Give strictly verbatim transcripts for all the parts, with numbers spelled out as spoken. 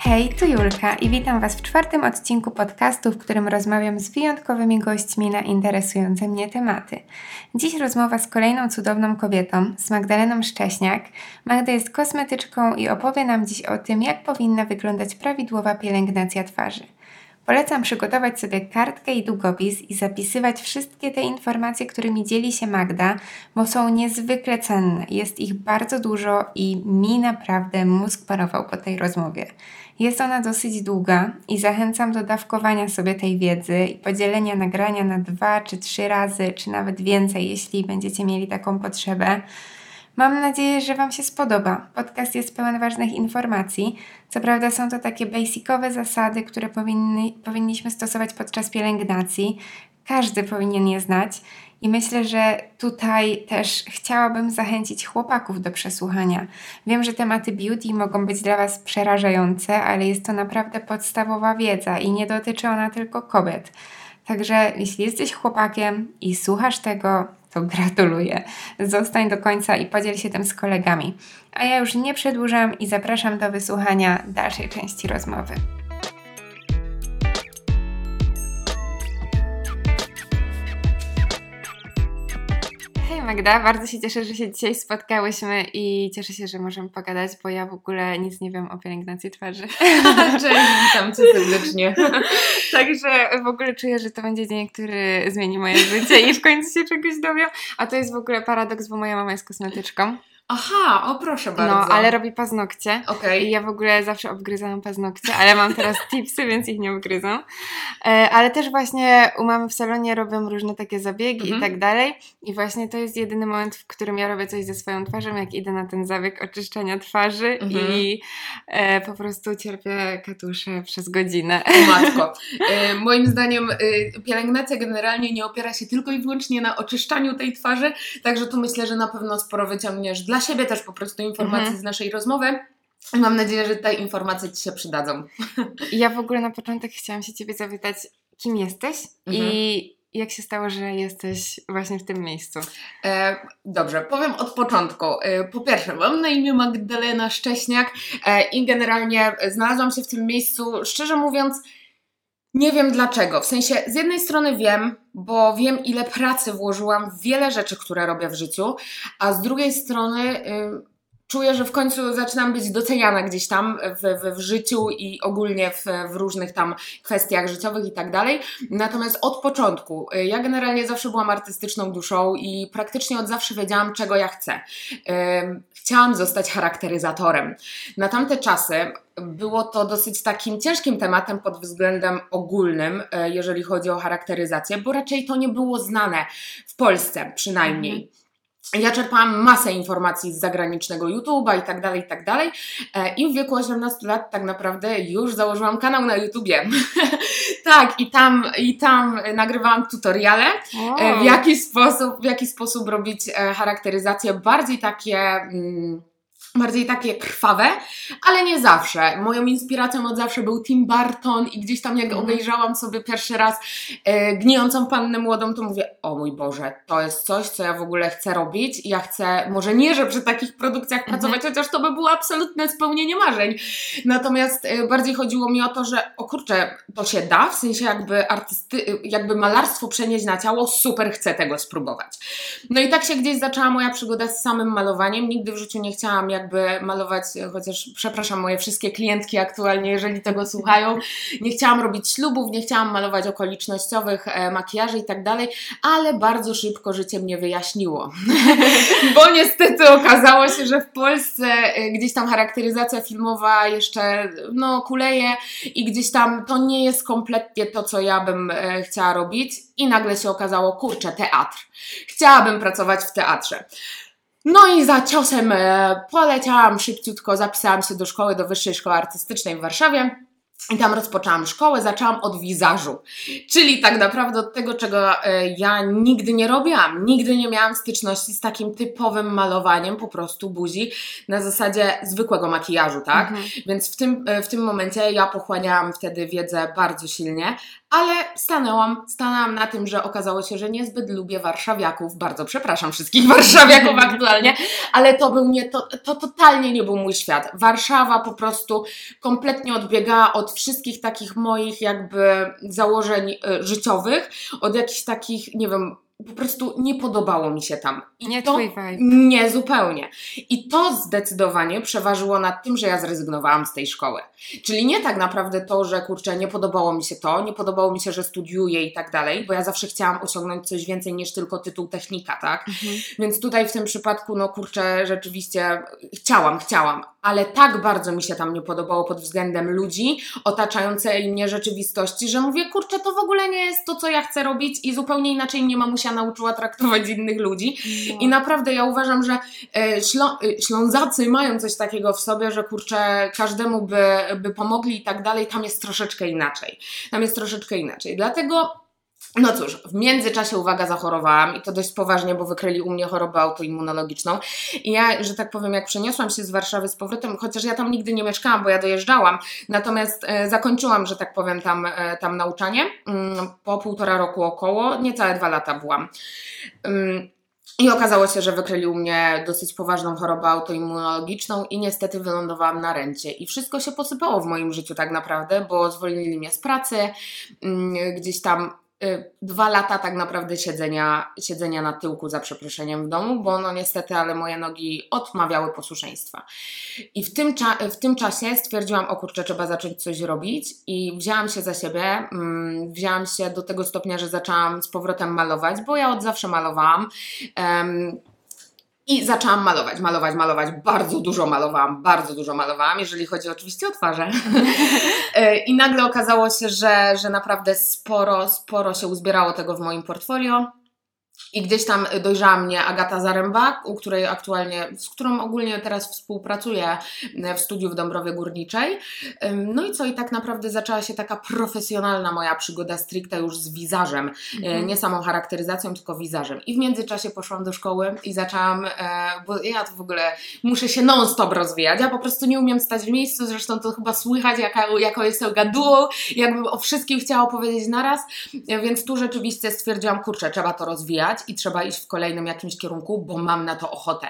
Hej, tu Julka i witam Was w czwartym odcinku podcastu, w którym rozmawiam z wyjątkowymi gośćmi na interesujące mnie tematy. Dziś rozmowa z kolejną cudowną kobietą, z Magdaleną Szcześniak. Magda jest kosmetyczką i opowie nam dziś o tym, jak powinna wyglądać prawidłowa pielęgnacja twarzy. Polecam przygotować sobie kartkę i długopis i zapisywać wszystkie te informacje, którymi dzieli się Magda, bo są niezwykle cenne. Jest ich bardzo dużo i mi naprawdę mózg parował po tej rozmowie. Jest ona dosyć długa i zachęcam do dawkowania sobie tej wiedzy i podzielenia nagrania na dwa czy trzy razy, czy nawet więcej, jeśli będziecie mieli taką potrzebę. Mam nadzieję, że Wam się spodoba. Podcast jest pełen ważnych informacji. Co prawda są to takie basicowe zasady, które powinny, powinniśmy stosować podczas pielęgnacji. Każdy powinien je znać i myślę, że tutaj też chciałabym zachęcić chłopaków do przesłuchania. Wiem, że tematy beauty mogą być dla Was przerażające, ale jest to naprawdę podstawowa wiedza i nie dotyczy ona tylko kobiet. Także jeśli jesteś chłopakiem i słuchasz tego, to gratuluję. Zostań do końca i podziel się tym z kolegami. A ja już nie przedłużam i zapraszam do wysłuchania dalszej części rozmowy. Hej Magda, bardzo się cieszę, że się dzisiaj spotkałyśmy i cieszę się, że możemy pogadać, bo ja w ogóle nic nie wiem o pielęgnacji twarzy. Cześć, witam Cię serdecznie. Także w ogóle czuję, że to będzie dzień, który zmieni moje życie i w końcu się czegoś dowiem. A to jest w ogóle paradoks, bo moja mama jest kosmetyczką. Aha, o proszę bardzo. No, ale robi paznokcie. Okay. I ja w ogóle zawsze obgryzałam paznokcie, ale mam teraz tipsy, więc ich nie obgryzam. E, ale też właśnie u mamy w salonie robią różne takie zabiegi mhm. i tak dalej. I właśnie to jest jedyny moment, w którym ja robię coś ze swoją twarzą, jak idę na ten zabieg oczyszczania twarzy mhm. i e, po prostu cierpię katusze przez godzinę. O matko. E, moim zdaniem e, pielęgnacja generalnie nie opiera się tylko i wyłącznie na oczyszczaniu tej twarzy, także tu myślę, że na pewno sporo wyciągniesz dla siebie też po prostu informacji mhm. z naszej rozmowy. I mam nadzieję, że te informacje Ci się przydadzą. Ja w ogóle na początek chciałam się Ciebie zapytać, kim jesteś mhm. i jak się stało, że jesteś właśnie w tym miejscu? E, dobrze, powiem od początku. E, po pierwsze, mam na imię Magdalena Szcześniak e, i generalnie znalazłam się w tym miejscu, szczerze mówiąc, nie wiem dlaczego. W sensie, z jednej strony wiem, bo wiem, ile pracy włożyłam w wiele rzeczy, które robię w życiu, a z drugiej strony yy, czuję, że w końcu zaczynam być doceniana gdzieś tam w, w, w życiu i ogólnie w, w różnych tam kwestiach życiowych i tak dalej. Natomiast od początku, yy, ja generalnie zawsze byłam artystyczną duszą i praktycznie od zawsze wiedziałam, czego ja chcę. Yy, chciałam zostać charakteryzatorem. Na tamte czasy było to dosyć takim ciężkim tematem pod względem ogólnym, jeżeli chodzi o charakteryzację, bo raczej to nie było znane w Polsce przynajmniej. Mhm. Ja czerpałam masę informacji z zagranicznego YouTube'a i tak dalej, i tak dalej. I w wieku osiemnastu lat tak naprawdę już założyłam kanał na YouTubie. Tak, i tam, i tam nagrywałam tutoriale, wow. w jaki sposób, w jaki sposób robić charakteryzację bardziej takie... Mm, bardziej takie krwawe, ale nie zawsze. Moją inspiracją od zawsze był Tim Burton i gdzieś tam jak mm. obejrzałam sobie pierwszy raz e, Gnijącą Pannę Młodą, to mówię, o mój Boże, to jest coś, co ja w ogóle chcę robić i ja chcę, może nie, że przy takich produkcjach mm. pracować, chociaż to by było absolutne spełnienie marzeń. Natomiast e, bardziej chodziło mi o to, że o kurczę, to się da, w sensie jakby artysty, jakby malarstwo przenieść na ciało, super, chcę tego spróbować. No i tak się gdzieś zaczęła moja przygoda z samym malowaniem. Nigdy w życiu nie chciałam jak jakby malować, chociaż przepraszam moje wszystkie klientki aktualnie, jeżeli tego słuchają, nie chciałam robić ślubów, nie chciałam malować okolicznościowych e, makijaży i tak dalej, ale bardzo szybko życie mnie wyjaśniło, bo niestety okazało się, że w Polsce e, gdzieś tam charakteryzacja filmowa jeszcze no kuleje i gdzieś tam to nie jest kompletnie to, co ja bym e, chciała robić i nagle się okazało, kurczę, teatr. Chciałabym pracować w teatrze. No i za ciosem e, poleciałam szybciutko, zapisałam się do szkoły, do Wyższej Szkoły Artystycznej w Warszawie i tam rozpoczęłam szkołę, zaczęłam od wizażu, czyli tak naprawdę od tego, czego e, ja nigdy nie robiłam, nigdy nie miałam styczności z takim typowym malowaniem po prostu buzi na zasadzie zwykłego makijażu, tak? Mhm. Więc w tym, e, w tym momencie ja pochłaniałam wtedy wiedzę bardzo silnie, Ale stanęłam, stanęłam na tym, że okazało się, że niezbyt lubię warszawiaków. Bardzo przepraszam wszystkich warszawiaków aktualnie, ale to był nie, to, to totalnie nie był mój świat. Warszawa po prostu kompletnie odbiegała od wszystkich takich moich jakby założeń y, życiowych, od jakichś takich, nie wiem, po prostu nie podobało mi się tam. I nie to, twój vibe. Nie, zupełnie. I to zdecydowanie przeważyło nad tym, że ja zrezygnowałam z tej szkoły. Czyli nie tak naprawdę to, że kurczę, nie podobało mi się to, nie podobało mi się, że studiuję i tak dalej, bo ja zawsze chciałam osiągnąć coś więcej niż tylko tytuł technika, tak? Mhm. Więc tutaj w tym przypadku, no kurczę, rzeczywiście chciałam, chciałam, ale tak bardzo mi się tam nie podobało pod względem ludzi, otaczającej mnie rzeczywistości, że mówię, kurczę, to w ogóle nie jest to, co ja chcę robić i zupełnie inaczej mnie mamusia nauczyła traktować innych ludzi. No. I naprawdę ja uważam, że Ślą- Ślązacy mają coś takiego w sobie, że kurczę, każdemu by, by pomogli i tak dalej, tam jest troszeczkę inaczej. Tam jest troszeczkę inaczej. Dlatego no cóż, w międzyczasie, uwaga, zachorowałam i to dość poważnie, bo wykryli u mnie chorobę autoimmunologiczną i ja, że tak powiem, jak przeniosłam się z Warszawy z powrotem, chociaż ja tam nigdy nie mieszkałam, bo ja dojeżdżałam, natomiast e, zakończyłam, że tak powiem, tam, e, tam nauczanie, mm, po półtora roku około, niecałe dwa lata byłam. Mm, I okazało się, że wykryli u mnie dosyć poważną chorobę autoimmunologiczną i niestety wylądowałam na rencie. I wszystko się posypało w moim życiu tak naprawdę, bo zwolnili mnie z pracy, mm, gdzieś tam Dwa lata tak naprawdę siedzenia, siedzenia na tyłku, za przeproszeniem, w domu, bo no niestety, ale moje nogi odmawiały posłuszeństwa. I w tym, cza- w tym czasie stwierdziłam, o kurczę, trzeba zacząć coś robić i wzięłam się za siebie, mm, wzięłam się do tego stopnia, że zaczęłam z powrotem malować, bo ja od zawsze malowałam. Um, I zaczęłam malować, malować, malować. Bardzo dużo malowałam, bardzo dużo malowałam, jeżeli chodzi oczywiście o twarze. I nagle okazało się, że, że naprawdę sporo, sporo się uzbierało tego w moim portfolio. I gdzieś tam dojrzała mnie Agata Zaręba, u której aktualnie, z którą ogólnie teraz współpracuję w studiu w Dąbrowie Górniczej. No i co, i tak naprawdę zaczęła się taka profesjonalna moja przygoda stricte już z wizażem. Mhm. Nie samą charakteryzacją, tylko wizażem. I w międzyczasie poszłam do szkoły i zaczęłam, bo ja to w ogóle muszę się non-stop rozwijać. Ja po prostu nie umiem stać w miejscu, zresztą to chyba słychać, jaka, jaką jestem gadułą, jakbym o wszystkim chciała powiedzieć naraz. Więc tu rzeczywiście stwierdziłam, kurczę, trzeba to rozwijać i trzeba iść w kolejnym jakimś kierunku, bo mam na to ochotę.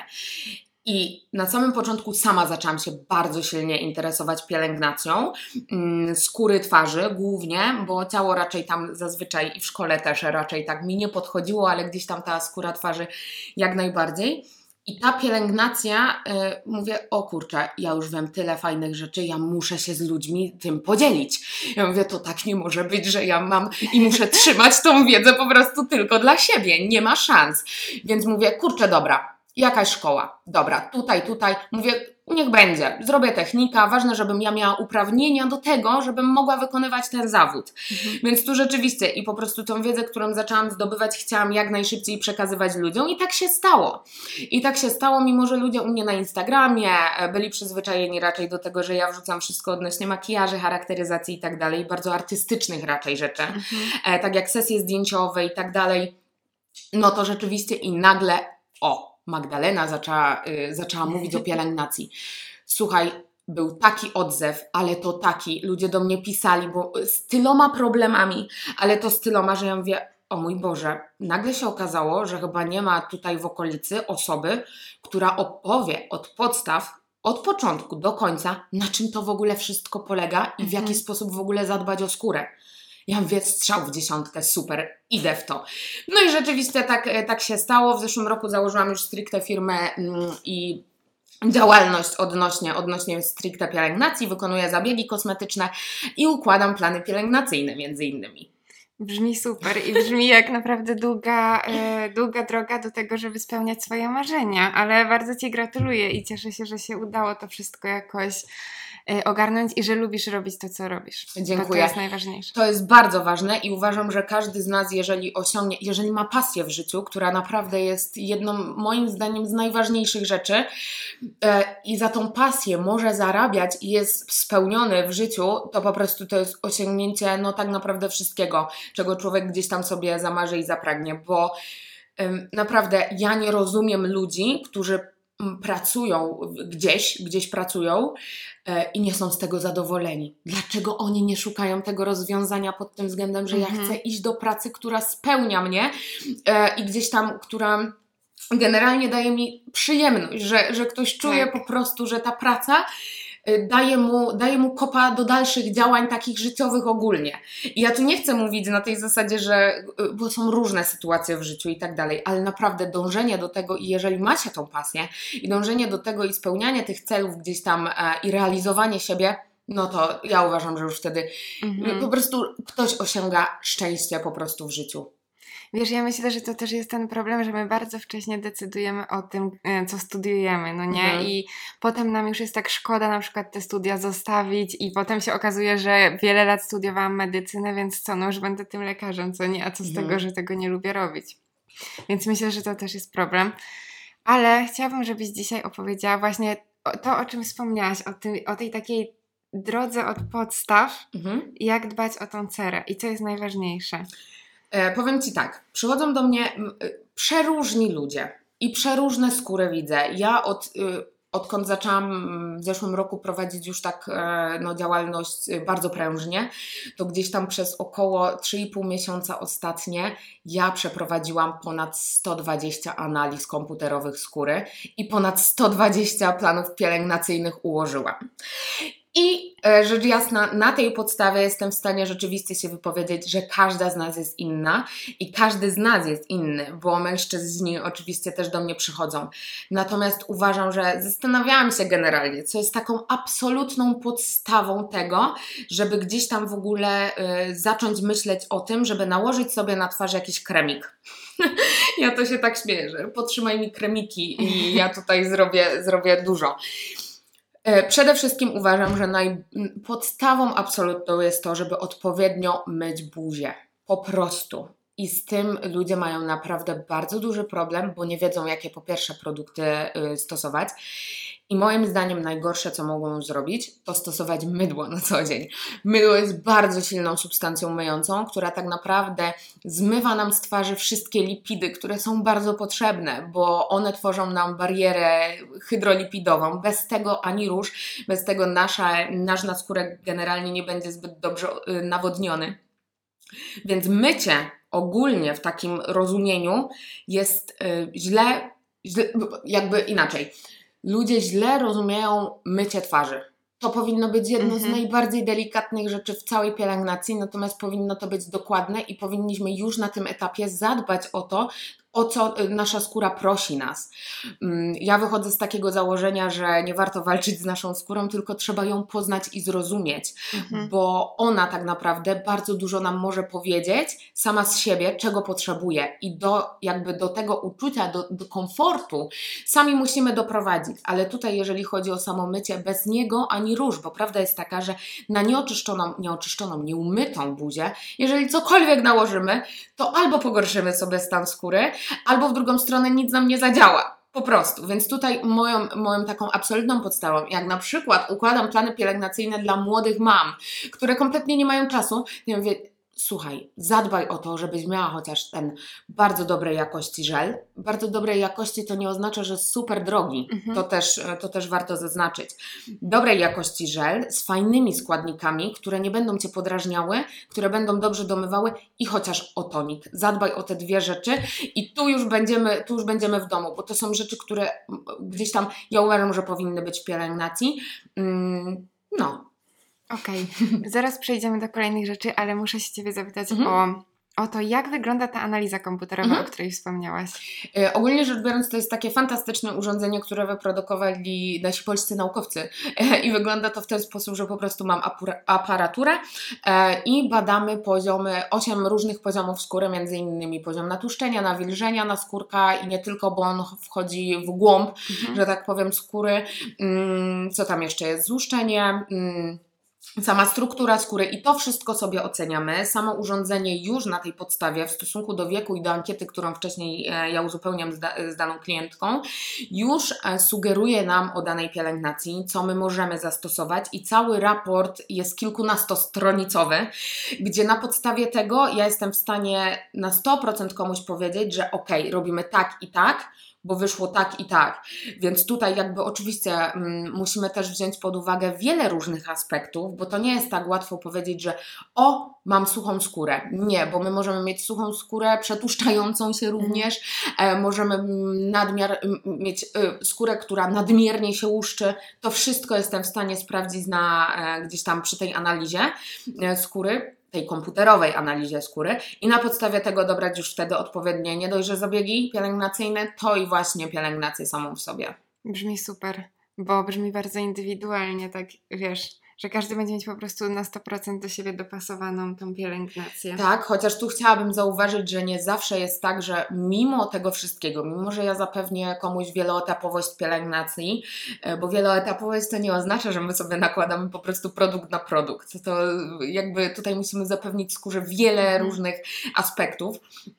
I na samym początku sama zaczęłam się bardzo silnie interesować pielęgnacją yy, skóry twarzy głównie, bo ciało raczej tam zazwyczaj i w szkole też raczej tak mi nie podchodziło, ale gdzieś tam ta skóra twarzy jak najbardziej. I ta pielęgnacja, yy, mówię, o kurczę, ja już wiem tyle fajnych rzeczy, ja muszę się z ludźmi tym podzielić. Ja mówię, to tak nie może być, że ja mam i muszę trzymać tą wiedzę po prostu tylko dla siebie, nie ma szans. Więc mówię, kurczę, dobra, jakaś szkoła, dobra, tutaj, tutaj, mówię, niech będzie, zrobię technika, ważne, żebym ja miała uprawnienia do tego, żebym mogła wykonywać ten zawód. Mhm. Więc tu rzeczywiście i po prostu tą wiedzę, którą zaczęłam zdobywać, chciałam jak najszybciej przekazywać ludziom i tak się stało. I tak się stało, mimo że ludzie u mnie na Instagramie byli przyzwyczajeni raczej do tego, że ja wrzucam wszystko odnośnie makijaży, charakteryzacji i tak dalej, bardzo artystycznych raczej rzeczy, mhm. e, tak jak sesje zdjęciowe i tak dalej, no to rzeczywiście i nagle, o, Magdalena zaczęła, yy, zaczęła mówić o pielęgnacji. Słuchaj, był taki odzew, ale to taki, ludzie do mnie pisali, bo z tyloma problemami, ale to z tyloma, że ja mówię, o mój Boże, nagle się okazało, że chyba nie ma tutaj w okolicy osoby, która opowie od podstaw, od początku do końca, na czym to w ogóle wszystko polega i w jaki sposób w ogóle zadbać o skórę. Ja mówię, strzał w dziesiątkę, super, idę w to. No i rzeczywiście tak, tak się stało. W zeszłym roku założyłam już stricte firmę mm, i działalność odnośnie, odnośnie stricte pielęgnacji. Wykonuję zabiegi kosmetyczne i układam plany pielęgnacyjne między innymi. Brzmi super i brzmi jak naprawdę długa, e, długa droga do tego, żeby spełniać swoje marzenia, ale bardzo Ci gratuluję i cieszę się, że się udało to wszystko jakoś ogarnąć i że lubisz robić to, co robisz. Dziękuję. To, to jest najważniejsze. To jest bardzo ważne i uważam, że każdy z nas, jeżeli osiągnie, jeżeli ma pasję w życiu, która naprawdę jest jedną, moim zdaniem, z najważniejszych rzeczy e, i za tą pasję może zarabiać i jest spełniony w życiu, to po prostu to jest osiągnięcie, no tak naprawdę wszystkiego, czego człowiek gdzieś tam sobie zamarzy i zapragnie, bo e, naprawdę ja nie rozumiem ludzi, którzy pracują gdzieś, gdzieś pracują i nie są z tego zadowoleni. Dlaczego oni nie szukają tego rozwiązania pod tym względem, że mhm. ja chcę iść do pracy, która spełnia mnie i gdzieś tam, która generalnie daje mi przyjemność, że, że ktoś czuje tak. po prostu, że ta praca daje mu, daje mu kopa do dalszych działań takich życiowych ogólnie. I ja tu nie chcę mówić na tej zasadzie, że bo są różne sytuacje w życiu i tak dalej, ale naprawdę dążenie do tego i jeżeli macie tą pasję i dążenie do tego i spełnianie tych celów gdzieś tam e, i realizowanie siebie, no to ja uważam, że już wtedy mhm. po prostu ktoś osiąga szczęście po prostu w życiu. Wiesz, ja myślę, że to też jest ten problem, że my bardzo wcześnie decydujemy o tym, co studiujemy, no nie? Mhm. I potem nam już jest tak szkoda na przykład te studia zostawić i potem się okazuje, że wiele lat studiowałam medycynę, więc co, no już będę tym lekarzem, co nie? A co z mhm. tego, że tego nie lubię robić? Więc myślę, że to też jest problem. Ale chciałabym, żebyś dzisiaj opowiedziała właśnie to, o czym wspomniałaś, o, tym, o tej takiej drodze od podstaw, mhm. jak dbać o tą cerę i co jest najważniejsze. E, powiem Ci tak, przychodzą do mnie m, przeróżni ludzie i przeróżne skóry widzę. Ja od, y, odkąd zaczęłam w zeszłym roku prowadzić już tak e, no, działalność bardzo prężnie, to gdzieś tam przez około trzy i pół miesiąca ostatnie ja przeprowadziłam ponad sto dwadzieścia analiz komputerowych skóry i ponad sto dwadzieścia planów pielęgnacyjnych ułożyłam. I e, rzecz jasna, na tej podstawie jestem w stanie rzeczywiście się wypowiedzieć, że każda z nas jest inna i każdy z nas jest inny, bo mężczyźni oczywiście też do mnie przychodzą. Natomiast uważam, że zastanawiałam się generalnie, co jest taką absolutną podstawą tego, żeby gdzieś tam w ogóle e, zacząć myśleć o tym, żeby nałożyć sobie na twarz jakiś kremik. Ja to się tak śmieję, że potrzymaj mi kremiki i ja tutaj zrobię, zrobię dużo. Przede wszystkim uważam, że naj... podstawą absolutną jest to, żeby odpowiednio myć buzię. Po prostu. I z tym ludzie mają naprawdę bardzo duży problem, bo nie wiedzą, jakie po pierwsze produkty y, stosować. I moim zdaniem najgorsze, co mogą zrobić, to stosować mydło na co dzień. Mydło jest bardzo silną substancją myjącą, która tak naprawdę zmywa nam z twarzy wszystkie lipidy, które są bardzo potrzebne, bo one tworzą nam barierę hydrolipidową. Bez tego ani rusz, bez tego nasza, nasz naskórek generalnie nie będzie zbyt dobrze nawodniony. Więc mycie ogólnie w takim rozumieniu jest yy, źle, źle, jakby inaczej. Ludzie źle rozumieją mycie twarzy. To powinno być jedno mm-hmm. z najbardziej delikatnych rzeczy w całej pielęgnacji, natomiast powinno to być dokładne i powinniśmy już na tym etapie zadbać o to, o co nasza skóra prosi nas. Ja wychodzę z takiego założenia, że nie warto walczyć z naszą skórą, tylko trzeba ją poznać i zrozumieć, mhm. bo ona tak naprawdę bardzo dużo nam może powiedzieć sama z siebie, czego potrzebuje i do, jakby do tego uczucia, do, do komfortu sami musimy doprowadzić, ale tutaj jeżeli chodzi o samo mycie, bez niego ani róż, bo prawda jest taka, że na nieoczyszczoną, nieoczyszczoną, nieumytą buzię, jeżeli cokolwiek nałożymy, to albo pogorszymy sobie stan skóry, albo w drugą stronę nic nam nie zadziała. Po prostu. Więc tutaj moją, moją taką absolutną podstawą, jak na przykład układam plany pielęgnacyjne dla młodych mam, które kompletnie nie mają czasu, ja mówię, słuchaj, zadbaj o to, żebyś miała chociaż ten bardzo dobrej jakości żel. Bardzo dobrej jakości to nie oznacza, że super drogi. Mhm. To też, to też warto zaznaczyć. Dobrej jakości żel z fajnymi składnikami, które nie będą Cię podrażniały, które będą dobrze domywały i chociaż o tonik. Zadbaj o te dwie rzeczy i tu już będziemy, tu już będziemy w domu, bo to są rzeczy, które gdzieś tam, ja uważam, że powinny być w pielęgnacji. No. Okej, okay. Zaraz przejdziemy do kolejnych rzeczy, ale muszę się Ciebie zapytać mhm. o, o to, jak wygląda ta analiza komputerowa, mhm. o której wspomniałaś. E, ogólnie rzecz biorąc, to jest takie fantastyczne urządzenie, które wyprodukowali nasi polscy naukowcy e, i wygląda to w ten sposób, że po prostu mam apura- aparaturę e, i badamy poziomy, osiem różnych poziomów skóry, między innymi poziom natłuszczenia, nawilżenia naskórka i nie tylko, bo on wchodzi w głąb, mhm. że tak powiem, skóry. Mm, co tam jeszcze jest? Złuszczenie, mm, sama struktura skóry i to wszystko sobie oceniamy. Samo urządzenie już na tej podstawie w stosunku do wieku i do ankiety, którą wcześniej ja uzupełniam z, da, z daną klientką, już sugeruje nam o danej pielęgnacji, co my możemy zastosować i cały raport jest kilkunastostronicowy, gdzie na podstawie tego ja jestem w stanie na sto procent komuś powiedzieć, że okej, robimy tak i tak, bo wyszło tak i tak. Więc tutaj jakby oczywiście mm, musimy też wziąć pod uwagę wiele różnych aspektów, bo to nie jest tak łatwo powiedzieć, że o, mam suchą skórę. Nie, bo my możemy mieć suchą skórę, przetłuszczającą się również, e, możemy nadmiar, mieć e, skórę, która nadmiernie się łuszczy. To wszystko jestem w stanie sprawdzić na, e, gdzieś tam przy tej analizie e, skóry, tej komputerowej analizie skóry i na podstawie tego dobrać już wtedy odpowiednie nie dość, że zabiegi pielęgnacyjne, to i właśnie pielęgnację samą w sobie. Brzmi super, bo brzmi bardzo indywidualnie, tak wiesz, że każdy będzie mieć po prostu na sto procent do siebie dopasowaną tą pielęgnację. Tak, chociaż tu chciałabym zauważyć, że nie zawsze jest tak, że mimo tego wszystkiego, mimo że ja zapewnię komuś wieloetapowość pielęgnacji, bo wieloetapowość to nie oznacza, że my sobie nakładamy po prostu produkt na produkt. To jakby tutaj musimy zapewnić skórze wiele mhm. różnych aspektów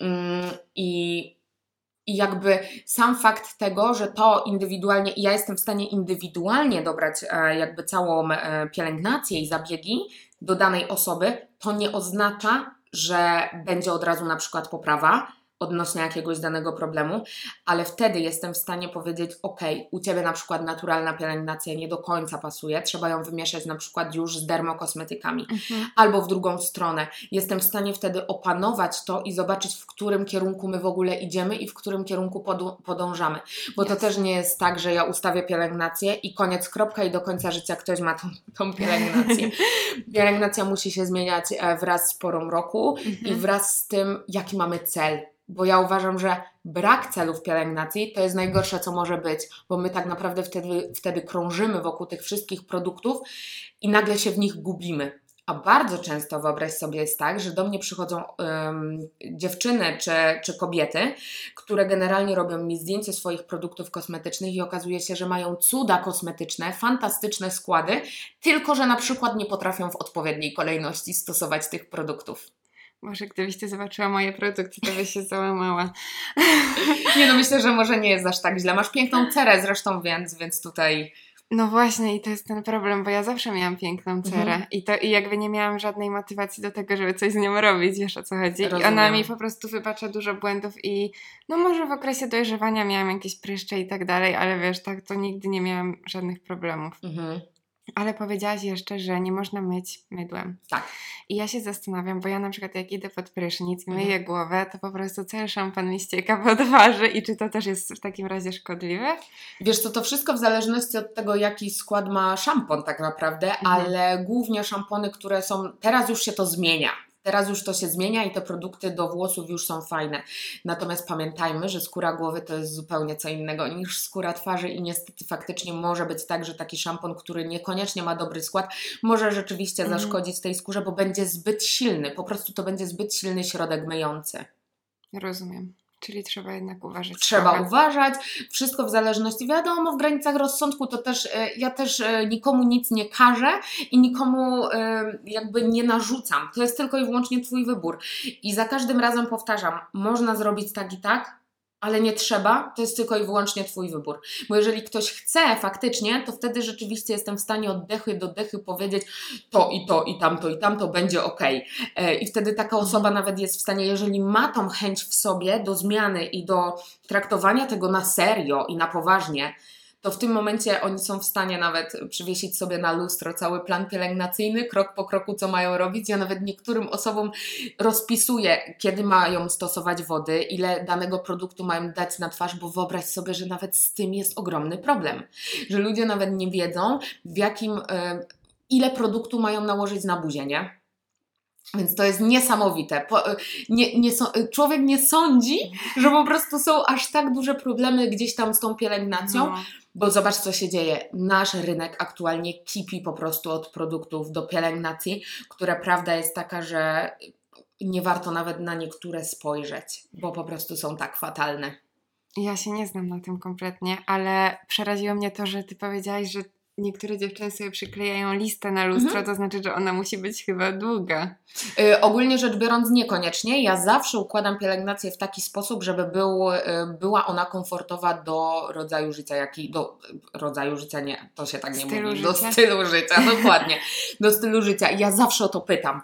i I jakby sam fakt tego, że to indywidualnie, i ja jestem w stanie indywidualnie dobrać e, jakby całą e, pielęgnację i zabiegi do danej osoby, to nie oznacza, że będzie od razu na przykład poprawa odnośnie jakiegoś danego problemu, ale wtedy jestem w stanie powiedzieć, ok, u Ciebie na przykład naturalna pielęgnacja nie do końca pasuje, trzeba ją wymieszać na przykład już z dermokosmetykami, mhm. albo w drugą stronę. Jestem w stanie wtedy opanować to i zobaczyć, w którym kierunku my w ogóle idziemy i w którym kierunku podu- podążamy. Bo yes. to też nie jest tak, że ja ustawię pielęgnację i koniec, kropka i do końca życia ktoś ma tą, tą pielęgnację. Pielęgnacja musi się zmieniać wraz z porą roku mhm. i wraz z tym, jaki mamy cel. Bo ja uważam, że brak celów pielęgnacji to jest najgorsze, co może być, bo my tak naprawdę wtedy, wtedy krążymy wokół tych wszystkich produktów i nagle się w nich gubimy. A bardzo często, wyobraź sobie, jest tak, że do mnie przychodzą um, dziewczyny czy, czy kobiety, które generalnie robią mi zdjęcie swoich produktów kosmetycznych i okazuje się, że mają cuda kosmetyczne, fantastyczne składy, tylko że na przykład nie potrafią w odpowiedniej kolejności stosować tych produktów. Może gdybyś Ty zobaczyła moje produkty, to byś się załamała. Nie no, myślę, że może nie jest aż tak źle. Masz piękną cerę zresztą, więc, więc tutaj... No właśnie i to jest ten problem, bo ja zawsze miałam piękną cerę mhm. i to i jakby nie miałam żadnej motywacji do tego, żeby coś z nią robić, wiesz o co chodzi. Rozumiem. I ona mi po prostu wybacza dużo błędów i no może w okresie dojrzewania miałam jakieś pryszcze i tak dalej, ale wiesz, tak to nigdy nie miałam żadnych problemów. Mhm. Ale powiedziałaś jeszcze, że nie można myć mydłem. Tak. I ja się zastanawiam, bo ja na przykład jak idę pod prysznic i myję mhm. głowę, to po prostu cały szampan mi ścieka po twarzy i czy to też jest w takim razie szkodliwe? Wiesz co, to wszystko w zależności od tego, jaki skład ma szampon tak naprawdę, mhm. ale głównie szampony, które są, teraz już się to zmienia. Teraz już to się zmienia i te produkty do włosów już są fajne. Natomiast pamiętajmy, że skóra głowy to jest zupełnie co innego niż skóra twarzy i niestety faktycznie może być tak, że taki szampon, który niekoniecznie ma dobry skład, może rzeczywiście mm. zaszkodzić tej skórze, bo będzie zbyt silny. Po prostu to będzie zbyt silny środek myjący. Rozumiem. Czyli trzeba jednak uważać. Trzeba trochę. uważać. Wszystko w zależności, wiadomo, w granicach rozsądku to też, ja też nikomu nic nie każę i nikomu jakby nie narzucam. To jest tylko i wyłącznie Twój wybór. I za każdym razem powtarzam, można zrobić tak i tak, ale nie trzeba, to jest tylko i wyłącznie Twój wybór. Bo jeżeli ktoś chce faktycznie, to wtedy rzeczywiście jestem w stanie od dechy do dechy powiedzieć to i to i tamto i tamto będzie okej. Okay. I wtedy taka osoba nawet jest w stanie, jeżeli ma tą chęć w sobie do zmiany i do traktowania tego na serio i na poważnie, to w tym momencie oni są w stanie nawet przywiesić sobie na lustro cały plan pielęgnacyjny, krok po kroku, co mają robić. Ja nawet niektórym osobom rozpisuję, kiedy mają stosować wody, ile danego produktu mają dać na twarz, bo wyobraź sobie, że nawet z tym jest ogromny problem. Że ludzie nawet nie wiedzą, w jakim, ile produktu mają nałożyć na buzię, nie? Więc to jest niesamowite. Po, nie, nie so, człowiek nie sądzi, że po prostu są aż tak duże problemy gdzieś tam z tą pielęgnacją, no. Bo zobacz, co się dzieje. Nasz rynek aktualnie kipi po prostu od produktów do pielęgnacji, która prawda jest taka, że nie warto nawet na niektóre spojrzeć, bo po prostu są tak fatalne. Ja się nie znam na tym kompletnie, ale przeraziło mnie to, że Ty powiedziałaś, że niektóre dziewczyny sobie przyklejają listę na lustro, mhm. to znaczy, że ona musi być chyba długa. Yy, ogólnie rzecz biorąc niekoniecznie. Ja zawsze układam pielęgnację w taki sposób, żeby był, yy, była ona komfortowa do rodzaju życia, jaki do rodzaju życia nie, to się tak nie stylu mówi. Życia? Do stylu życia, dokładnie. Do stylu życia. I ja zawsze o to pytam.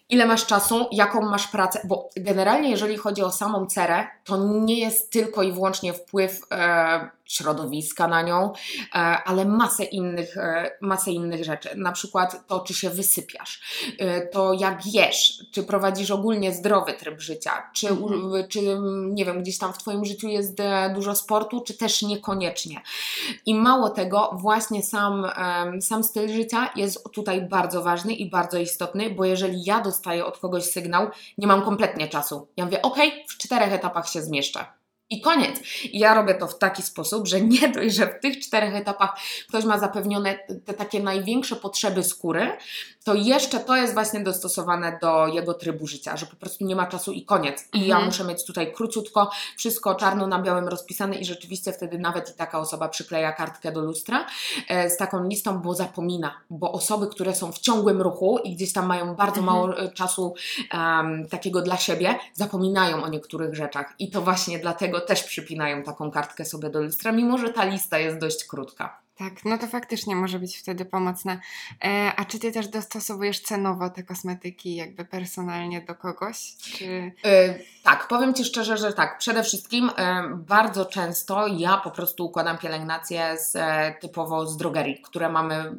ile masz czasu, jaką masz pracę, bo generalnie jeżeli chodzi o samą cerę, to nie jest tylko i wyłącznie wpływ e, środowiska na nią, e, ale masę innych, e, masę innych rzeczy. Na przykład to, czy się wysypiasz, e, to jak jesz, czy prowadzisz ogólnie zdrowy tryb życia, czy, mhm. czy nie wiem, gdzieś tam w Twoim życiu jest e, dużo sportu, czy też niekoniecznie. I mało tego, właśnie sam, e, sam styl życia jest tutaj bardzo ważny i bardzo istotny, bo jeżeli ja dostaję od kogoś sygnał, nie mam kompletnie czasu. Ja mówię, okej, okay, w czterech etapach się zmieszczę. I koniec. I ja robię to w taki sposób, że nie dość, że w tych czterech etapach ktoś ma zapewnione te takie największe potrzeby skóry, to jeszcze to jest właśnie dostosowane do jego trybu życia, że po prostu nie ma czasu i koniec. I mhm. ja muszę mieć tutaj króciutko, wszystko czarno na białym rozpisane i rzeczywiście wtedy nawet i taka osoba przykleja kartkę do lustra e, z taką listą, bo zapomina. Bo osoby, które są w ciągłym ruchu i gdzieś tam mają bardzo mhm. mało czasu um, takiego dla siebie, zapominają o niektórych rzeczach. I to właśnie dlatego też przypinają taką kartkę sobie do lustra, mimo że ta lista jest dość krótka. Tak, no to faktycznie może być wtedy pomocne. E, a czy Ty też dostosowujesz cenowo te kosmetyki jakby personalnie do kogoś? Czy... E, tak, powiem Ci szczerze, że tak. Przede wszystkim e, bardzo często ja po prostu układam pielęgnację z, e, typowo z drogerii, które mamy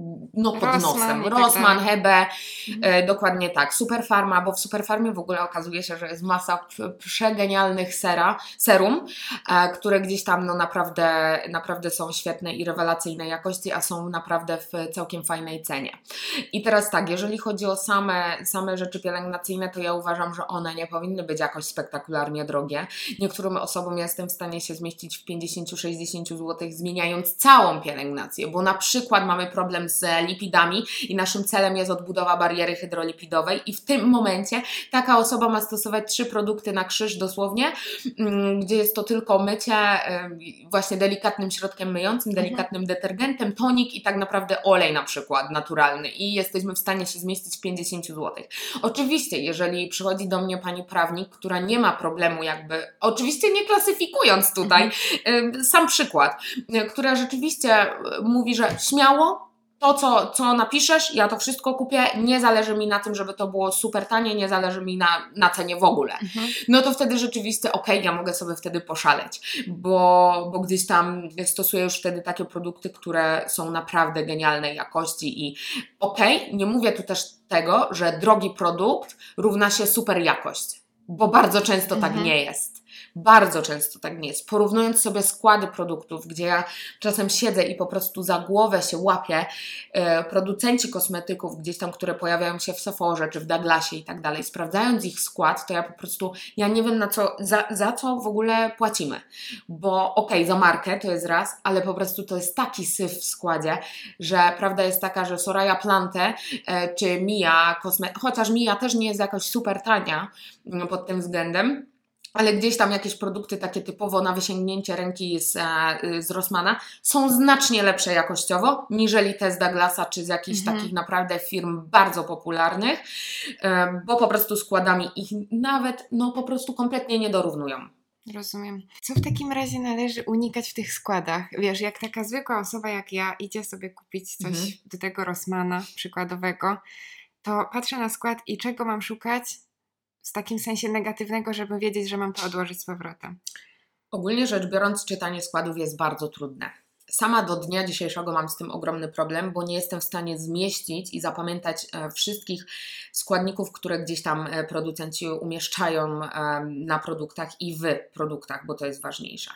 no pod Rossmann, nosem. Rossmann, tak Hebe, mhm. e, dokładnie tak. Superfarma, bo w Superfarmie w ogóle okazuje się, że jest masa przegenialnych sera, serum, e, które gdzieś tam no naprawdę, naprawdę są świetne i rewelacyjnej jakości, a są naprawdę w całkiem fajnej cenie. I teraz tak, jeżeli chodzi o same, same rzeczy pielęgnacyjne, to ja uważam, że one nie powinny być jakoś spektakularnie drogie. Niektórym osobom jestem w stanie się zmieścić w pięćdziesiąt do sześćdziesięciu złotych, zmieniając całą pielęgnację, bo na przykład mamy problem z lipidami i naszym celem jest odbudowa bariery hydrolipidowej i w tym momencie taka osoba ma stosować trzy produkty na krzyż dosłownie, gdzie jest to tylko mycie właśnie delikatnym środkiem myjącym, delikatnym mhm. detergentem, tonik i tak naprawdę olej na przykład naturalny i jesteśmy w stanie się zmieścić w pięćdziesiąt złotych. Oczywiście, jeżeli przychodzi do mnie pani prawnik, która nie ma problemu jakby, oczywiście nie klasyfikując tutaj, mhm. sam przykład, która rzeczywiście mówi, że śmiało to, co, co napiszesz, ja to wszystko kupię, nie zależy mi na tym, żeby to było super tanie, nie zależy mi na, na cenie w ogóle. Mhm. No to wtedy rzeczywiście okej, okay, ja mogę sobie wtedy poszaleć, bo, bo gdzieś tam stosuję już wtedy takie produkty, które są naprawdę genialnej jakości i okej, okay, nie mówię tu też tego, że drogi produkt równa się super jakość, bo bardzo często mhm. tak nie jest. Bardzo często tak nie jest. Porównując sobie składy produktów, gdzie ja czasem siedzę i po prostu za głowę się łapię, e, producenci kosmetyków gdzieś tam, które pojawiają się w Sephorze czy w Douglasie i tak dalej, sprawdzając ich skład, to ja po prostu, ja nie wiem na co, za, za co w ogóle płacimy. Bo okej, okay, za markę to jest raz, ale po prostu to jest taki syf w składzie, że prawda jest taka, że Soraya Plante e, czy Mia kosmetyk, chociaż Mia też nie jest jakoś super tania no, pod tym względem, ale gdzieś tam jakieś produkty takie typowo na wysięgnięcie ręki z, z Rossmana są znacznie lepsze jakościowo, niżeli te z Douglasa czy z jakichś mhm. takich naprawdę firm bardzo popularnych, bo po prostu składami ich nawet no po prostu kompletnie nie dorównują. Rozumiem. Co w takim razie należy unikać w tych składach? Wiesz, jak taka zwykła osoba jak ja idzie sobie kupić coś mhm. do tego Rossmana przykładowego, to patrzę na skład i czego mam szukać? W takim sensie negatywnego, żeby wiedzieć, że mam to odłożyć z powrotem. Ogólnie rzecz biorąc, czytanie składów jest bardzo trudne. Sama do dnia dzisiejszego mam z tym ogromny problem, bo nie jestem w stanie zmieścić i zapamiętać wszystkich składników, które gdzieś tam producenci umieszczają na produktach i w produktach, bo to jest ważniejsze.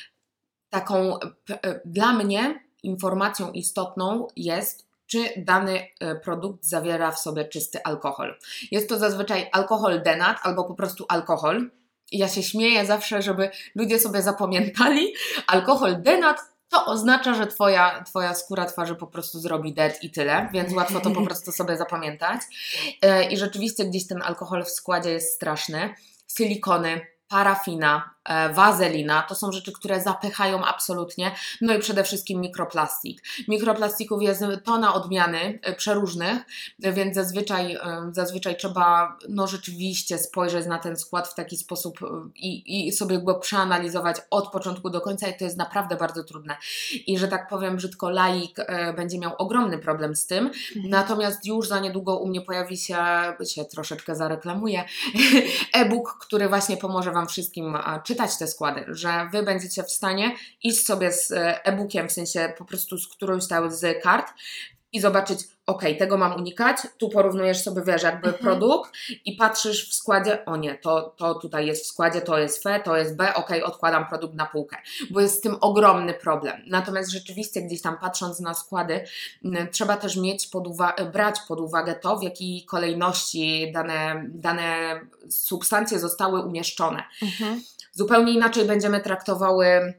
Taką dla mnie informacją istotną jest, czy dany produkt zawiera w sobie czysty alkohol. Jest to zazwyczaj alkohol denat albo po prostu alkohol. I ja się śmieję zawsze, żeby ludzie sobie zapamiętali. Alkohol denat to oznacza, że twoja, twoja skóra twarzy po prostu zrobi det i tyle, więc łatwo to po prostu sobie zapamiętać. I rzeczywiście gdzieś ten alkohol w składzie jest straszny. Silikony, parafina, e, wazelina, to są rzeczy, które zapychają absolutnie, no i przede wszystkim mikroplastik. Mikroplastików jest tona odmiany e, przeróżnych, e, więc zazwyczaj, e, zazwyczaj trzeba no rzeczywiście spojrzeć na ten skład w taki sposób e, i, i sobie go przeanalizować od początku do końca i to jest naprawdę bardzo trudne. I że tak powiem brzydko, laik e, będzie miał ogromny problem z tym, mhm. natomiast już za niedługo u mnie pojawi się, się troszeczkę zareklamuję, e-book, który właśnie pomoże Wam wszystkim a, czytać te składy, że Wy będziecie w stanie iść sobie z e-bookiem, w sensie po prostu z którąś z kart i zobaczyć, ok, tego mam unikać, tu porównujesz sobie, wiesz, jakby mhm. produkt i patrzysz w składzie, o nie, to, to tutaj jest w składzie, to jest F, to jest B, ok, odkładam produkt na półkę, bo jest z tym ogromny problem. Natomiast rzeczywiście gdzieś tam patrząc na składy, m, trzeba też mieć pod uwa- brać pod uwagę to, w jakiej kolejności dane, dane substancje zostały umieszczone. Mhm. Zupełnie inaczej będziemy traktowały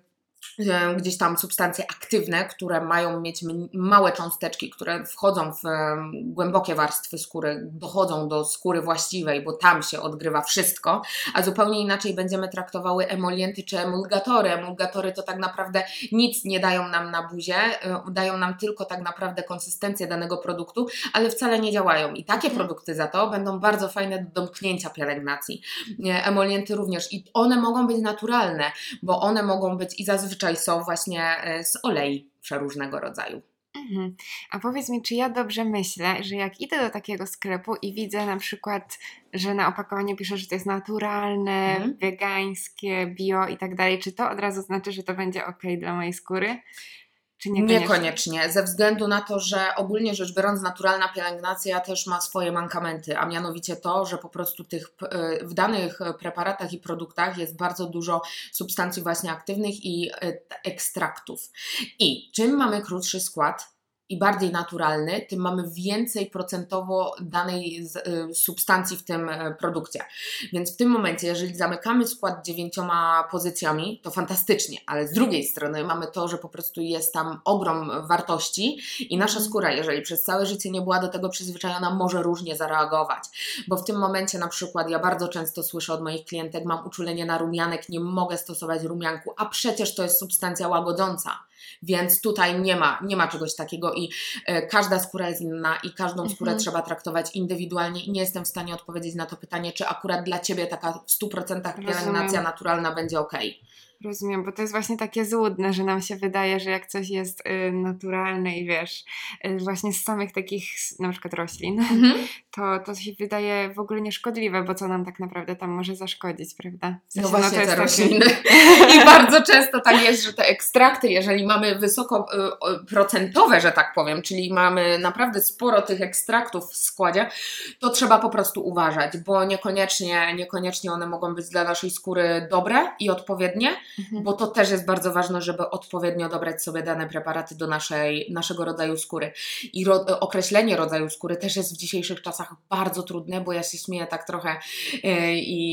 gdzieś tam substancje aktywne, które mają mieć małe cząsteczki, które wchodzą w głębokie warstwy skóry, dochodzą do skóry właściwej, bo tam się odgrywa wszystko, a zupełnie inaczej będziemy traktowały emolienty czy emulgatory. Emulgatory to tak naprawdę nic nie dają nam na buzie, dają nam tylko tak naprawdę konsystencję danego produktu, ale wcale nie działają. I takie produkty za to będą bardzo fajne do domknięcia pielęgnacji. Emolienty również i one mogą być naturalne, bo one mogą być i zazwyczaj są właśnie z olei przeróżnego rodzaju. Mhm. A powiedz mi, czy ja dobrze myślę, że jak idę do takiego sklepu i widzę na przykład, że na opakowaniu pisze, że to jest naturalne, mhm. wegańskie, bio i tak dalej, czy to od razu znaczy, że to będzie ok dla mojej skóry? Czy niekoniecznie? Niekoniecznie, ze względu na to, że ogólnie rzecz biorąc naturalna pielęgnacja też ma swoje mankamenty, a mianowicie to, że po prostu tych, w danych preparatach i produktach jest bardzo dużo substancji właśnie aktywnych i ekstraktów. I czym mamy krótszy skład i bardziej naturalny, tym mamy więcej procentowo danej substancji w tym produkcie. Więc w tym momencie, jeżeli zamykamy skład dziewięcioma pozycjami, to fantastycznie, ale z drugiej strony mamy to, że po prostu jest tam ogrom wartości i nasza skóra, jeżeli przez całe życie nie była do tego przyzwyczajona, może różnie zareagować. Bo w tym momencie na przykład ja bardzo często słyszę od moich klientek, mam uczulenie na rumianek, nie mogę stosować rumianku, a przecież to jest substancja łagodząca. Więc tutaj nie ma, nie ma czegoś takiego i e, każda skóra jest inna i każdą mhm. skórę trzeba traktować indywidualnie i nie jestem w stanie odpowiedzieć na to pytanie, czy akurat dla Ciebie taka w stu procentach pielęgnacja naturalna będzie ok. Rozumiem, bo to jest właśnie takie złudne, że nam się wydaje, że jak coś jest y, naturalne i wiesz, y, właśnie z samych takich na przykład roślin, mm-hmm. to, to się wydaje w ogóle nieszkodliwe, bo co nam tak naprawdę tam może zaszkodzić, prawda? W sensie, no właśnie no to te jest rośliny. Takie... I bardzo często tak jest, że te ekstrakty, jeżeli mamy wysoko y, procentowe, że tak powiem, czyli mamy naprawdę sporo tych ekstraktów w składzie, to trzeba po prostu uważać, bo niekoniecznie, niekoniecznie one mogą być dla naszej skóry dobre i odpowiednie, Mhm. bo to też jest bardzo ważne, żeby odpowiednio dobrać sobie dane preparaty do naszej, naszego rodzaju skóry. I ro, określenie rodzaju skóry też jest w dzisiejszych czasach bardzo trudne, bo ja się śmieję tak trochę yy,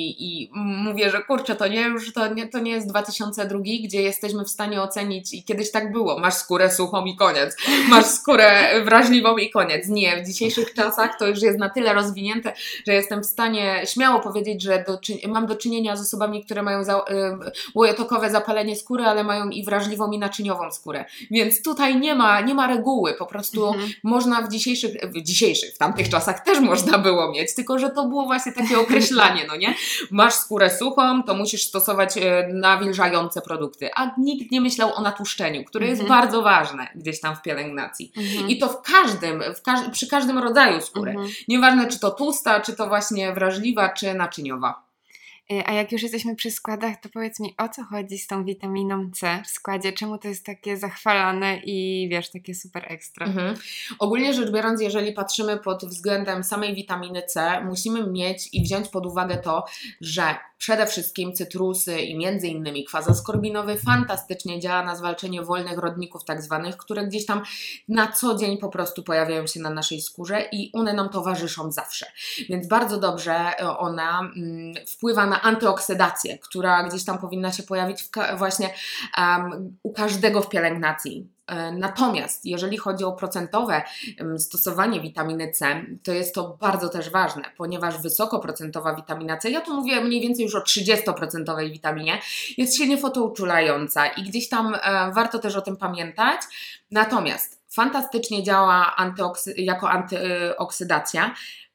i mówię, że kurczę, to nie już to nie, to nie jest dwa tysiące drugi, gdzie jesteśmy w stanie ocenić i kiedyś tak było, masz skórę suchą i koniec, masz skórę wrażliwą i koniec. Nie, w dzisiejszych czasach to już jest na tyle rozwinięte, że jestem w stanie śmiało powiedzieć, że do, mam do czynienia z osobami, które mają za, yy, łojotokowe zapalenie skóry, ale mają i wrażliwą i naczyniową skórę. Więc tutaj nie ma, nie ma reguły. Po prostu mhm. można w dzisiejszych, w dzisiejszych, w tamtych czasach też można było mieć, tylko że to było właśnie takie określanie, no nie? Masz skórę suchą, to musisz stosować nawilżające produkty. A nikt nie myślał o natłuszczeniu, które mhm. jest bardzo ważne gdzieś tam w pielęgnacji. Mhm. I to w każdym, w każ- przy każdym rodzaju skóry. Mhm. Nieważne, czy to tłusta, czy to właśnie wrażliwa, czy naczyniowa. A jak już jesteśmy przy składach, to powiedz mi, o co chodzi z tą witaminą C w składzie? Czemu to jest takie zachwalane i wiesz, takie super ekstra? Mhm. Ogólnie rzecz biorąc, jeżeli patrzymy pod względem samej witaminy C, musimy mieć i wziąć pod uwagę to, że przede wszystkim cytrusy i między innymi kwas askorbinowy fantastycznie działa na zwalczenie wolnych rodników tak zwanych, które gdzieś tam na co dzień po prostu pojawiają się na naszej skórze i one nam towarzyszą zawsze. Więc bardzo dobrze ona mm, wpływa na antyoksydację, która gdzieś tam powinna się pojawić w ka- właśnie um, u każdego w pielęgnacji. Natomiast jeżeli chodzi o procentowe stosowanie witaminy C, to jest to bardzo też ważne, ponieważ wysokoprocentowa witamina C, ja tu mówię mniej więcej już o trzydziestoprocentowej witaminie, jest silnie fotouczulająca i gdzieś tam warto też o tym pamiętać. Natomiast fantastycznie działa antyoksy- jako antyoksydacja.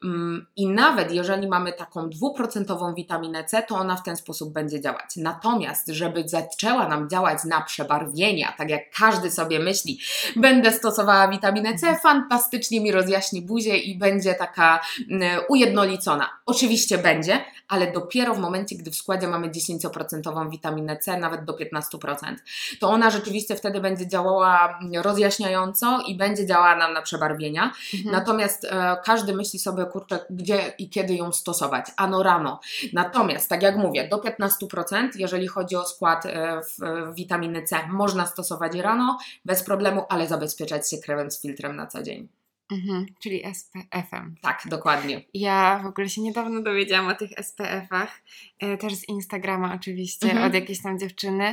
I nawet jeżeli mamy taką dwuprocentową witaminę C, to ona w ten sposób będzie działać. Natomiast, żeby zaczęła nam działać na przebarwienia, tak jak każdy sobie myśli, będę stosowała witaminę C, fantastycznie mi rozjaśni buzię i będzie taka ujednolicona. Oczywiście będzie, ale dopiero w momencie, gdy w składzie mamy dziesięcioprocentową witaminę C, nawet do piętnastu procent, to ona rzeczywiście wtedy będzie działała rozjaśniająco i będzie działała nam na przebarwienia. Mhm. Natomiast e, każdy myśli sobie, kurczę, gdzie i kiedy ją stosować? Ano rano. Natomiast, tak jak mówię, do piętnastu procent, jeżeli chodzi o skład e, w, w witaminy C, można stosować rano, bez problemu, ale zabezpieczać się kremem z filtrem na co dzień. Mhm, czyli S P F-em. Tak, dokładnie. Ja w ogóle się niedawno dowiedziałam o tych S P F-ach, e, też z Instagrama oczywiście, mhm. od jakiejś tam dziewczyny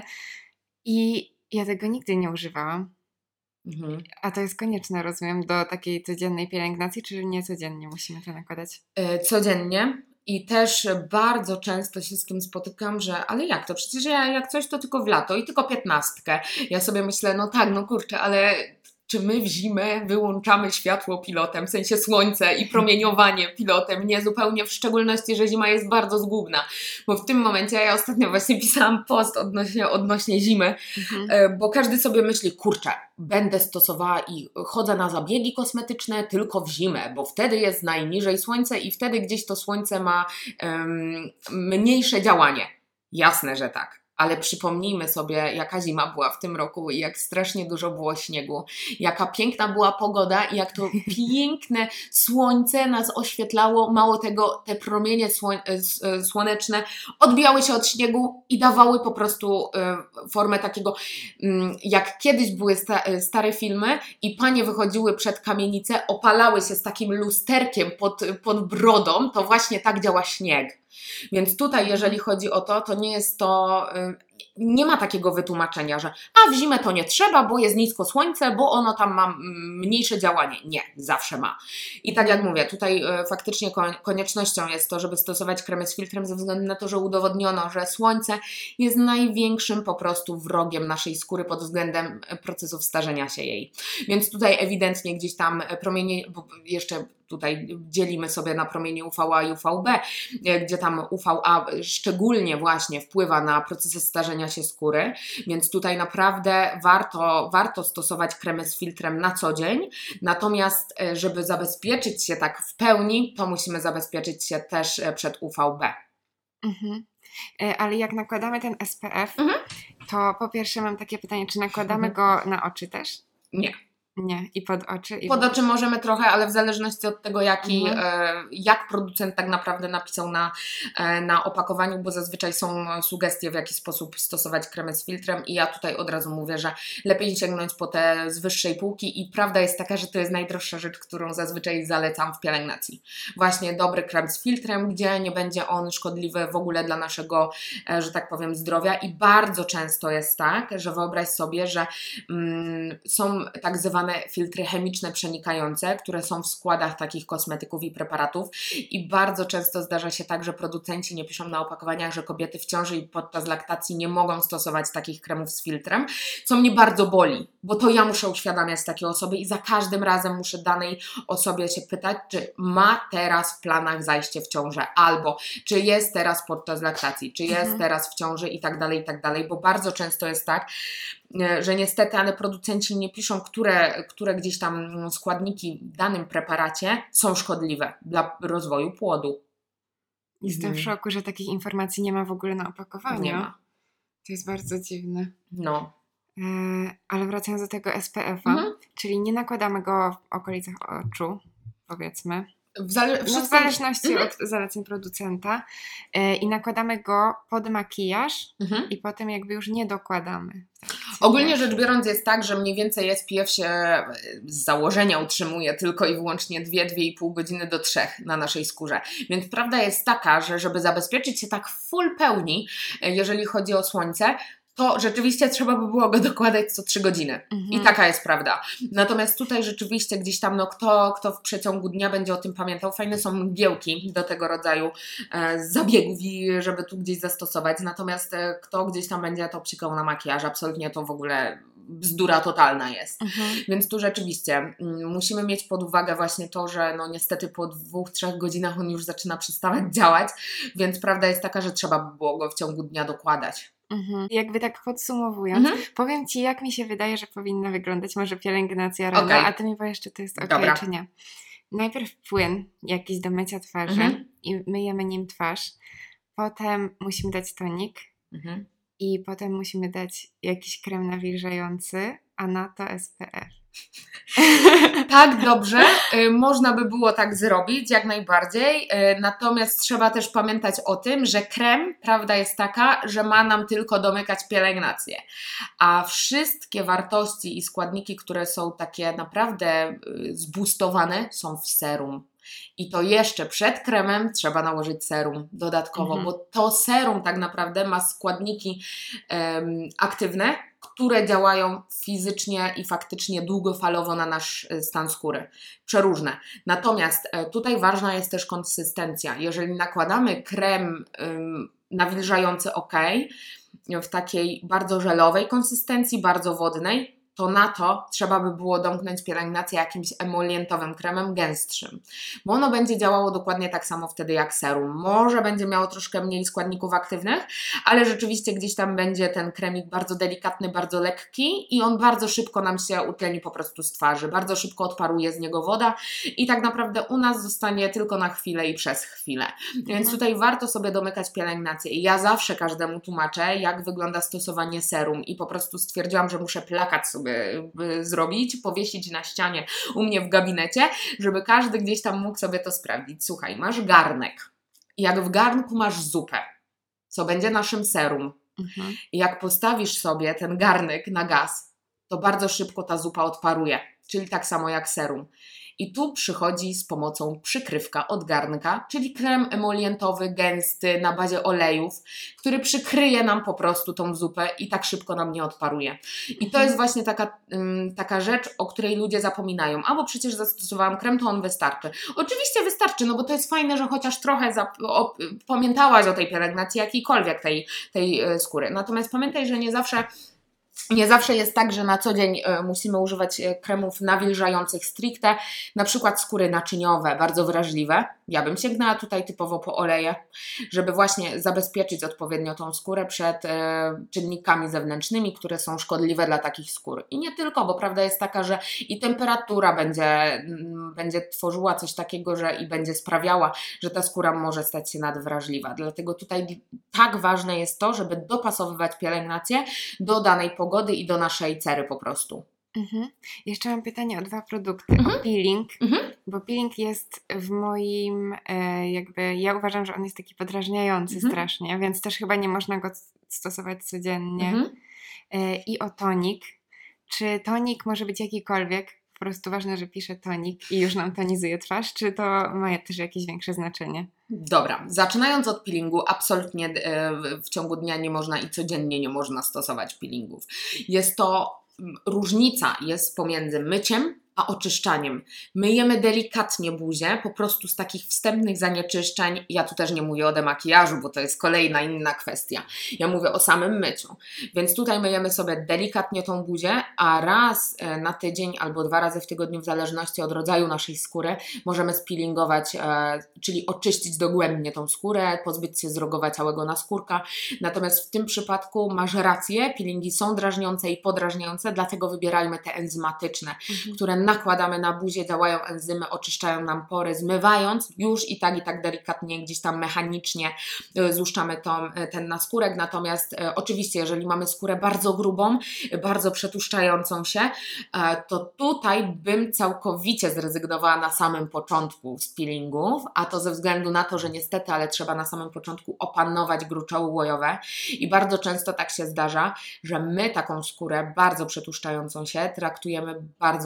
i ja tego nigdy nie używałam. Mhm. A to jest konieczne, rozumiem, do takiej codziennej pielęgnacji, czy nie codziennie musimy to nakładać? E, codziennie. I też bardzo często się z tym spotykam, że ale jak to? Przecież ja jak coś to tylko w lato i tylko piętnastkę. Ja sobie myślę, no tak, no kurczę, ale czy my w zimę wyłączamy światło pilotem, w sensie słońce i promieniowanie pilotem? Nie, zupełnie, w szczególności, że zima jest bardzo zgubna. Bo w tym momencie, ja ostatnio właśnie pisałam post odnośnie, odnośnie zimy, mhm. bo każdy sobie myśli, kurczę, będę stosowała i chodzę na zabiegi kosmetyczne tylko w zimę, bo wtedy jest najniżej słońce i wtedy gdzieś to słońce ma um, mniejsze działanie. Jasne, że tak. Ale przypomnijmy sobie, jaka zima była w tym roku i jak strasznie dużo było śniegu, jaka piękna była pogoda i jak to piękne słońce nas oświetlało. Mało tego, te promienie słoń- słoneczne odbijały się od śniegu i dawały po prostu y, formę takiego, y, jak kiedyś były sta- stare filmy i panie wychodziły przed kamienicę, opalały się z takim lusterkiem pod, pod brodą, to właśnie tak działa śnieg. Więc tutaj, jeżeli chodzi o to, to nie jest to, nie ma takiego wytłumaczenia, że a w zimę to nie trzeba, bo jest nisko słońce, bo ono tam ma mniejsze działanie. Nie, zawsze ma. I tak jak mówię, tutaj faktycznie koniecznością jest to, żeby stosować kremy z filtrem ze względu na to, że udowodniono, że słońce jest największym po prostu wrogiem naszej skóry pod względem procesów starzenia się jej. Więc tutaj ewidentnie gdzieś tam promienie, bo jeszcze tutaj dzielimy sobie na promienie U V A i U V B, gdzie tam U V A szczególnie właśnie wpływa na procesy starzenia się skóry, więc tutaj naprawdę warto, warto stosować kremy z filtrem na co dzień, natomiast żeby zabezpieczyć się tak w pełni, to musimy zabezpieczyć się też przed U V B. Mhm. Ale jak nakładamy ten S P F, mhm. to po pierwsze mam takie pytanie, czy nakładamy mhm. go na oczy też? Nie. Nie, i pod oczy? I pod oczy możemy trochę, ale w zależności od tego, jaki, mhm. e, jak producent tak naprawdę napisał na, e, na opakowaniu, bo zazwyczaj są sugestie, w jaki sposób stosować kremy z filtrem i ja tutaj od razu mówię, że lepiej sięgnąć po te z wyższej półki i prawda jest taka, że to jest najdroższa rzecz, którą zazwyczaj zalecam w pielęgnacji. Właśnie dobry krem z filtrem, gdzie nie będzie on szkodliwy w ogóle dla naszego, e, że tak powiem, zdrowia i bardzo często jest tak, że wyobraź sobie, że mm, są tak zwane filtry chemiczne przenikające, które są w składach takich kosmetyków i preparatów i bardzo często zdarza się tak, że producenci nie piszą na opakowaniach, że kobiety w ciąży i podczas laktacji nie mogą stosować takich kremów z filtrem, co mnie bardzo boli, bo to ja muszę uświadamiać takie osoby i za każdym razem muszę danej osobie się pytać, czy ma teraz w planach zajście w ciążę, albo czy jest teraz podczas laktacji, czy jest mhm. teraz w ciąży i tak dalej, i tak dalej, bo bardzo często jest tak, że niestety, ale producenci nie piszą, które, które gdzieś tam składniki w danym preparacie są szkodliwe dla rozwoju płodu. Jestem mhm. w szoku, że takich informacji nie ma w ogóle na opakowaniu. Nie ma. To jest bardzo dziwne. No. E, ale wracając do tego S P F-a, mhm. czyli nie nakładamy go w okolicach oczu, powiedzmy. W, zale- no, w zależności mhm. od zaleceń producenta e, i nakładamy go pod makijaż mhm. i potem jakby już nie dokładamy. Ogólnie rzecz biorąc jest tak, że mniej więcej S P F się z założenia utrzymuje tylko i wyłącznie dwie do dwóch i pół godziny do trzech na naszej skórze. Więc prawda jest taka, że żeby zabezpieczyć się tak w full pełni, jeżeli chodzi o słońce, to rzeczywiście trzeba by było go dokładać co trzy godziny. Mhm. I taka jest prawda. Natomiast tutaj rzeczywiście gdzieś tam, no kto, kto w przeciągu dnia będzie o tym pamiętał, fajne są mgiełki do tego rodzaju e, zabiegów i żeby tu gdzieś zastosować. Natomiast e, kto gdzieś tam będzie to psikał na makijaż, absolutnie to w ogóle bzdura totalna jest. Mhm. Więc tu rzeczywiście m, musimy mieć pod uwagę właśnie to, że no niestety po dwóch, trzech godzinach on już zaczyna przestawać działać, więc prawda jest taka, że trzeba by było go w ciągu dnia dokładać. Mhm. Jakby tak podsumowując, mhm. powiem Ci, jak mi się wydaje, że powinna wyglądać może pielęgnacja rana, okay. a Ty mi powiesz, czy to jest ok, Dobra. czy nie. Najpierw płyn jakiś do mycia twarzy mhm. i myjemy nim twarz. Potem musimy dać tonik mhm. i potem musimy dać jakiś krem nawilżający, a na to S P F. Tak, dobrze. Y, można by było tak zrobić, jak najbardziej. Y, natomiast trzeba też pamiętać o tym, że krem, prawda jest taka, że ma nam tylko domykać pielęgnację. A wszystkie wartości i składniki, które są takie naprawdę y, zboostowane, są w serum. I to jeszcze przed kremem trzeba nałożyć serum dodatkowo, mhm. bo to serum tak naprawdę ma składniki um, aktywne, które działają fizycznie i faktycznie długofalowo na nasz stan skóry. Przeróżne. Natomiast tutaj ważna jest też konsystencja. Jeżeli nakładamy krem um, nawilżający ok, w takiej bardzo żelowej konsystencji, bardzo wodnej, to na to trzeba by było domknąć pielęgnację jakimś emolientowym kremem gęstszym, bo ono będzie działało dokładnie tak samo wtedy jak serum. Może będzie miało troszkę mniej składników aktywnych, ale rzeczywiście gdzieś tam będzie ten kremik bardzo delikatny, bardzo lekki i on bardzo szybko nam się utleni po prostu z twarzy, bardzo szybko odparuje z niego woda i tak naprawdę u nas zostanie tylko na chwilę i przez chwilę. Więc tutaj warto sobie domykać pielęgnację i ja zawsze każdemu tłumaczę, jak wygląda stosowanie serum i po prostu stwierdziłam, że muszę plakat sobie zrobić, powiesić na ścianie u mnie w gabinecie, żeby każdy gdzieś tam mógł sobie to sprawdzić. Słuchaj, masz garnek. Jak w garnku masz zupę, co będzie naszym serum. Mhm. I jak postawisz sobie ten garnek na gaz, to bardzo szybko ta zupa odparuje. Czyli tak samo jak serum. I tu przychodzi z pomocą przykrywka od garnka, czyli krem emolientowy, gęsty, na bazie olejów, który przykryje nam po prostu tą zupę i tak szybko nam nie odparuje. I to jest właśnie taka, um, taka rzecz, o której ludzie zapominają. A bo przecież zastosowałam krem, to on wystarczy. Oczywiście wystarczy, no bo to jest fajne, że chociaż trochę zap- o, pamiętałaś o tej pielęgnacji jakiejkolwiek tej, tej e, skóry. Natomiast pamiętaj, że nie zawsze Nie zawsze jest tak, że na co dzień musimy używać kremów nawilżających stricte, na przykład skóry naczyniowe, bardzo wrażliwe. Ja bym sięgnęła tutaj typowo po oleje, żeby właśnie zabezpieczyć odpowiednio tą skórę przed e, czynnikami zewnętrznymi, które są szkodliwe dla takich skór. I nie tylko, bo prawda jest taka, że i temperatura będzie, m, będzie tworzyła coś takiego, że i będzie sprawiała, że ta skóra może stać się nadwrażliwa. Dlatego tutaj tak ważne jest to, żeby dopasowywać pielęgnację do danej pogody i do naszej cery po prostu. Mhm. Jeszcze mam pytanie o dwa produkty. Mhm. O peeling, mhm. bo peeling jest w moim, e, jakby, ja uważam, że on jest taki podrażniający mhm. strasznie, więc też chyba nie można go stosować codziennie. Mhm. E, I o tonik. Czy tonik może być jakikolwiek? Po prostu ważne, że pisze tonik i już nam tonizuje twarz, czy to ma też jakieś większe znaczenie? Dobra, zaczynając od peelingu, absolutnie w ciągu dnia nie można i codziennie nie można stosować peelingów. Jest to różnica jest pomiędzy myciem a oczyszczaniem. Myjemy delikatnie buzię, po prostu z takich wstępnych zanieczyszczeń. Ja tu też nie mówię o demakijażu, bo to jest kolejna inna kwestia. Ja mówię o samym myciu. Więc tutaj myjemy sobie delikatnie tą buzię, a raz na tydzień albo dwa razy w tygodniu, w zależności od rodzaju naszej skóry, możemy speelingować, e, czyli oczyścić dogłębnie tą skórę, pozbyć się z rogowa całego naskórka. Natomiast w tym przypadku masz rację, peelingi są drażniące i podrażniające, dlatego wybierajmy te enzymatyczne, mhm. które nakładamy na buzię, działają enzymy, oczyszczają nam pory, zmywając już i tak i tak delikatnie, gdzieś tam mechanicznie złuszczamy tą, ten naskórek. Natomiast e, oczywiście, jeżeli mamy skórę bardzo grubą, bardzo przetłuszczającą się, e, to tutaj bym całkowicie zrezygnowała na samym początku z peelingów, a to ze względu na to, że niestety, ale trzeba na samym początku opanować gruczoły łojowe i bardzo często tak się zdarza, że my taką skórę bardzo przetłuszczającą się traktujemy bardzo nie fair.